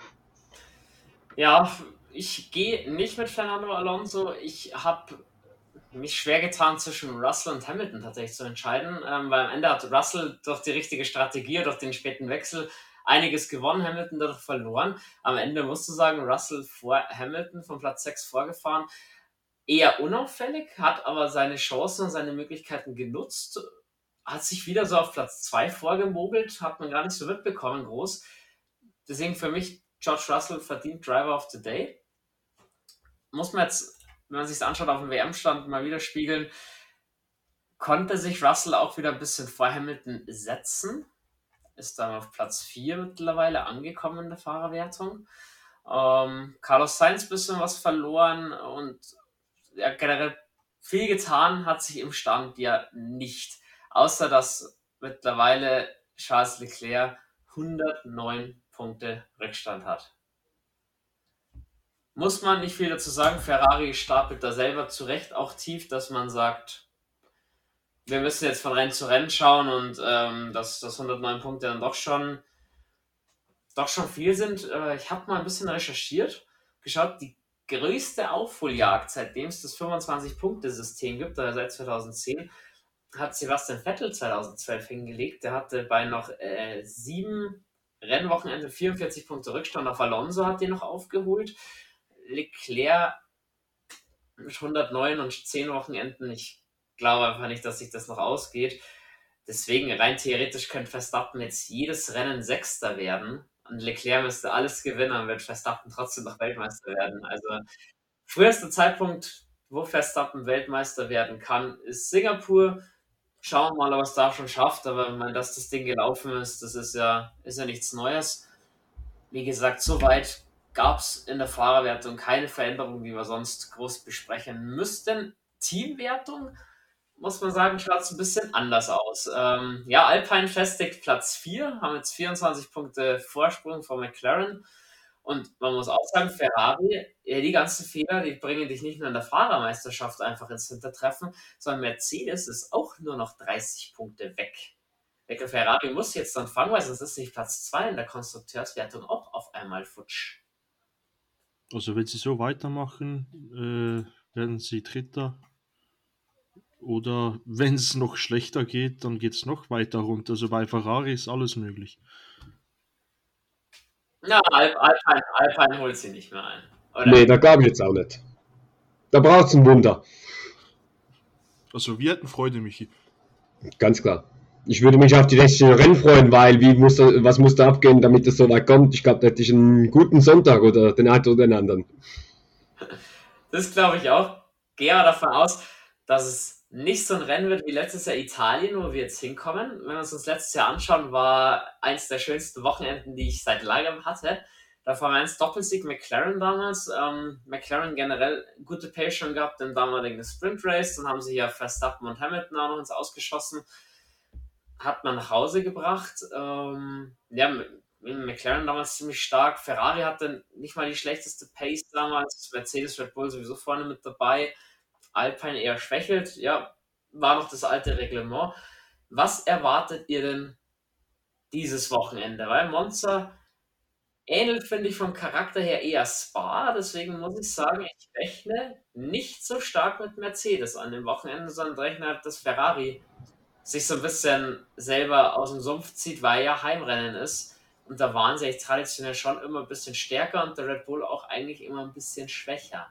A: Ja, ich gehe nicht mit Fernando Alonso. Ich habe mich schwer getan, zwischen Russell und Hamilton tatsächlich zu entscheiden, ähm, weil am Ende hat Russell durch die richtige Strategie, durch den späten Wechsel einiges gewonnen, Hamilton dadurch verloren. Am Ende musst du sagen, Russell vor Hamilton von Platz sechs vorgefahren. Eher unauffällig, hat aber seine Chancen und seine Möglichkeiten genutzt, hat sich wieder so auf Platz zwei vorgemogelt, hat man gar nicht so mitbekommen, groß. Deswegen für mich George Russell verdient Driver of the Day. Muss man jetzt, wenn man sich das anschaut, auf dem W M-Stand mal wieder spiegeln, konnte sich Russell auch wieder ein bisschen vor Hamilton setzen. Ist dann auf Platz vier mittlerweile angekommen in der Fahrerwertung. Ähm, Carlos Sainz ein bisschen was verloren und ja, generell viel getan hat sich im Stand ja nicht. Außer dass mittlerweile Charles Leclerc hundertneun Punkte Rückstand hat. Muss man nicht viel dazu sagen. Ferrari stapelt da selber zurecht auch tief, dass man sagt, wir müssen jetzt von Rennen zu Rennen schauen und ähm, dass das hundertneun Punkte dann doch schon doch schon viel sind. Äh, ich habe mal ein bisschen recherchiert, geschaut, die größte Aufholjagd, seitdem es das fünfundzwanzig-Punkte-System gibt, also seit zweitausendzehn, hat Sebastian Vettel zweitausendzwölf hingelegt. Der hatte bei noch äh, sieben Rennwochenende vierundvierzig Punkte Rückstand auf Alonso, hat den noch aufgeholt. Leclerc mit hundertneun und zehn Wochenenden, ich glaube einfach nicht, dass sich das noch ausgeht. Deswegen rein theoretisch könnte Verstappen jetzt jedes Rennen Sechster werden und Leclerc müsste alles gewinnen, dann wird Verstappen trotzdem noch Weltmeister werden. Also frühester Zeitpunkt, wo Verstappen Weltmeister werden kann, ist Singapur. Schauen wir mal, ob er es da schon schafft, aber ich meine, dass das Ding gelaufen ist, das ist ja, ist ja nichts Neues. Wie gesagt, soweit gab es in der Fahrerwertung keine Veränderung, die wir sonst groß besprechen müssten. Teamwertung muss man sagen, schaut es ein bisschen anders aus. Ähm, ja, Alpine festigt Platz vier, haben jetzt vierundzwanzig Punkte Vorsprung vor McLaren. Und man muss auch sagen, Ferrari, ja, die ganzen Fehler, die bringen dich nicht nur in der Fahrermeisterschaft einfach ins Hintertreffen, sondern Mercedes ist auch nur noch dreißig Punkte weg. Der Ferrari muss jetzt dann fangen, weil sonst ist nicht Platz zwei in der Konstrukteurswertung auch auf einmal futsch.
B: Also wenn sie so weitermachen, äh, werden sie Dritter. Oder wenn es noch schlechter geht, dann geht es noch weiter runter. Also bei Ferrari ist alles möglich.
A: Ja, Alp, Alpine, Alpine holt sie nicht mehr ein. Oder?
C: Nee, da glaube ich jetzt auch nicht. Da braucht es ein Wunder.
B: Also wir hätten Freude, Michi.
C: Ganz klar. Ich würde mich auf die restlichen Rennen freuen, weil wie muss da, was muss da abgehen, damit es so weit kommt? Ich glaube, da hätte ich einen guten Sonntag oder den einen oder den anderen.
A: Das glaube ich auch. Gehe aber davon aus, dass es nicht so ein Rennen wird wie letztes Jahr Italien, wo wir jetzt hinkommen. Wenn wir uns das letztes Jahr anschauen, war eins der schönsten Wochenenden, die ich seit langem hatte. Da war eins Doppelsieg McLaren damals. Ähm, McLaren generell gute Pace schon gehabt im damaligen Sprint Race. Dann haben sie ja Verstappen und Hamilton auch noch ins Ausgeschossen. Hat man nach Hause gebracht. Ähm, ja, McLaren damals ziemlich stark. Ferrari hatte nicht mal die schlechteste Pace damals. Mercedes, Red Bull sowieso vorne mit dabei. Alpine eher schwächelt. Ja, war noch das alte Reglement. Was erwartet ihr denn dieses Wochenende? Weil Monza ähnelt, finde ich, vom Charakter her eher Spa. Deswegen muss ich sagen, ich rechne nicht so stark mit Mercedes an dem Wochenende, sondern rechne halt, dass Ferrari sich so ein bisschen selber aus dem Sumpf zieht, weil ja Heimrennen ist. Und da waren sie echt traditionell schon immer ein bisschen stärker und der Red Bull auch eigentlich immer ein bisschen schwächer.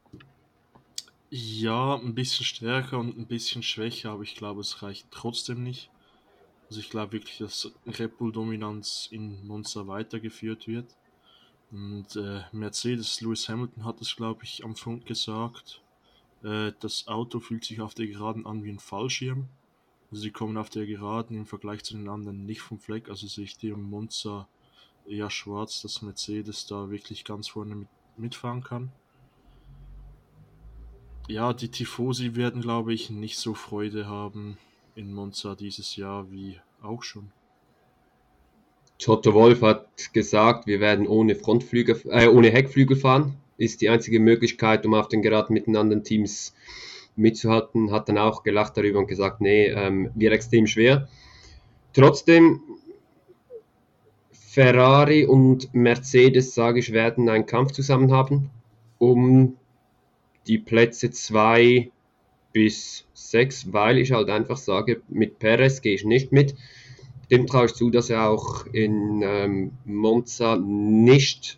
B: Ja, ein bisschen stärker und ein bisschen schwächer, aber ich glaube, es reicht trotzdem nicht. Also ich glaube wirklich, dass Red Bull-Dominanz in Monza weitergeführt wird. Und äh, Mercedes, Lewis Hamilton hat es, glaube ich, am Funk gesagt. Äh, das Auto fühlt sich auf der Geraden an wie ein Fallschirm. Also sie kommen auf der Geraden im Vergleich zu den anderen nicht vom Fleck. Also sehe ich die um Monza eher schwarz, dass Mercedes da wirklich ganz vorne mit, mitfahren kann. Ja, die Tifosi werden, glaube ich, nicht so Freude haben in Monza dieses Jahr wie auch schon.
C: Toto Wolff hat gesagt, wir werden ohne Frontflügel, äh, ohne Heckflügel fahren. Ist die einzige Möglichkeit, um auf den Geraden mit den anderen Teams mitzuhalten. Hat dann auch gelacht darüber und gesagt, nee, ähm, wird extrem schwer. Trotzdem, Ferrari und Mercedes, sage ich, werden einen Kampf zusammen haben, um die Plätze zwei bis sechs, weil ich halt einfach sage, mit Perez gehe ich nicht mit. Dem traue ich zu, dass er auch in ähm, Monza nicht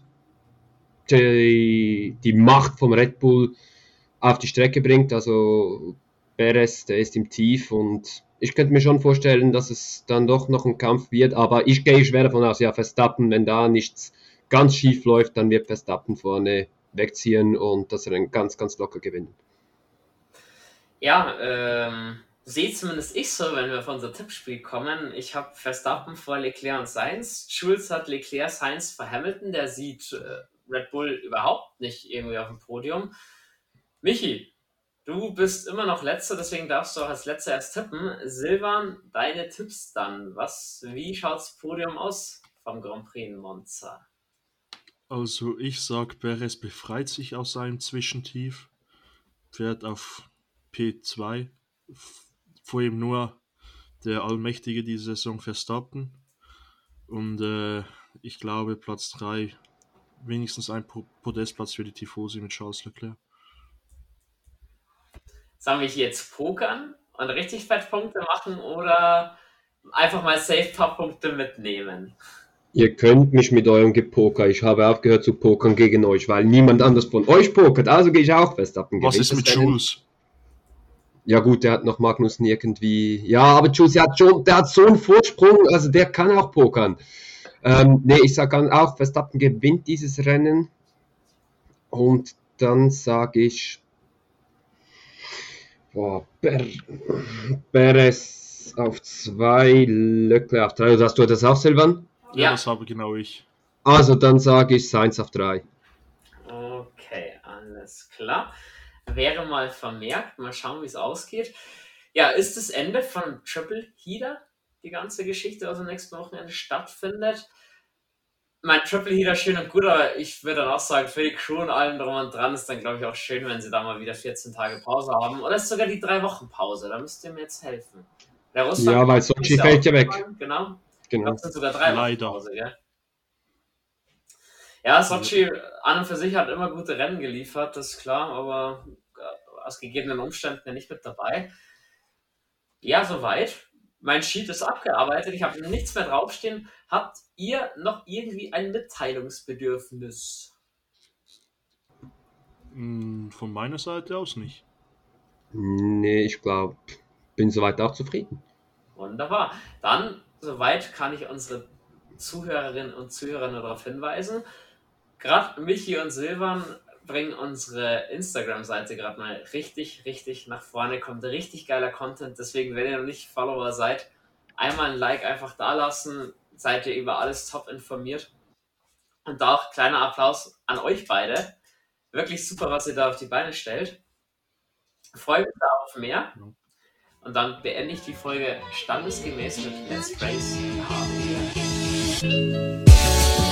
C: die, die Macht vom Red Bull auf die Strecke bringt. Also Perez, der ist im Tief und ich könnte mir schon vorstellen, dass es dann doch noch ein Kampf wird, aber ich gehe schwer davon aus, ja, Verstappen, wenn da nichts ganz schief läuft, dann wird Verstappen vorne wegziehen und das Rennen ganz, ganz locker gewinnen.
A: Ja, ähm, sehe zumindest ich so, wenn wir auf unser Tippspiel kommen. Ich habe Verstappen vor Leclerc und Sainz. Schulz hat Leclerc, Sainz vor Hamilton. Der sieht äh, Red Bull überhaupt nicht irgendwie auf dem Podium. Michi, du bist immer noch Letzter, deswegen darfst du auch als Letzter erst tippen. Silvan, deine Tipps dann. Was, wie schaut das Podium aus vom Grand Prix in Monza?
B: Also ich sage, Perez befreit sich aus seinem Zwischentief, fährt auf P zwei, vor ihm nur der Allmächtige diese Saison Verstappen und äh, ich glaube Platz drei, wenigstens ein Podestplatz für die Tifosi mit Charles Leclerc.
A: Sollen wir hier jetzt pokern und richtig fett Punkte machen oder einfach mal safe ein paar Punkte mitnehmen?
C: Ihr könnt mich mit eurem Gepoker, ich habe aufgehört zu pokern gegen euch, weil niemand anders von euch pokert, also gehe ich auch Verstappen.
B: Was ist mit Jules?
C: Ja gut, der hat noch Magnussen irgendwie, ja, aber Jules, der hat, schon, der hat so einen Vorsprung, also der kann auch pokern. Ähm, ne, ich sage auch, Verstappen gewinnt dieses Rennen und dann sage ich, boah, Ber- Perez auf zwei, Leclerc auf drei, oder hast du das auch, Silvan?
B: Ja, ja, das habe genau ich.
C: Also dann sage ich Sainz auf drei.
A: Okay, alles klar. Wäre mal vermerkt, mal schauen, wie es ausgeht. Ja, ist das Ende von Triple Heater, die ganze Geschichte, was am nächsten Wochenende stattfindet. Mein Triple Heater schön und gut, aber ich würde dann auch sagen, für die Crew und allem drum und dran ist dann, glaube ich, auch schön, wenn sie da mal wieder vierzehn Tage Pause haben. Oder ist sogar die drei Wochen Pause, da müsst ihr mir jetzt helfen. Der Russland
C: Ja, weil Sochi fällt ja weg.
A: Genau.
C: Genau.
A: Das sind sogar drei
B: Leider.
A: Wochen Pause, gell? Ja, Sochi an und für sich hat immer gute Rennen geliefert, das ist klar, aber aus gegebenen Umständen ja nicht mit dabei. Ja, soweit. Mein Sheet ist abgearbeitet, ich habe nichts mehr draufstehen. Habt ihr noch irgendwie ein Mitteilungsbedürfnis?
B: Mm, Von meiner Seite aus nicht.
C: Nee, ich glaube, bin soweit auch zufrieden.
A: Wunderbar. Dann, soweit kann ich unsere Zuhörerinnen und Zuhörer nur darauf hinweisen. Gerade Michi und Silvan bringen unsere Instagram-Seite gerade mal richtig, richtig nach vorne. Kommt richtig geiler Content. Deswegen, wenn ihr noch nicht Follower seid, einmal ein Like einfach da lassen. Seid ihr über alles top informiert. Und auch kleiner Applaus an euch beide. Wirklich super, was ihr da auf die Beine stellt. Freue mich da auf mehr. Und dann beende ich die Folge standesgemäß mit Let's Race H W.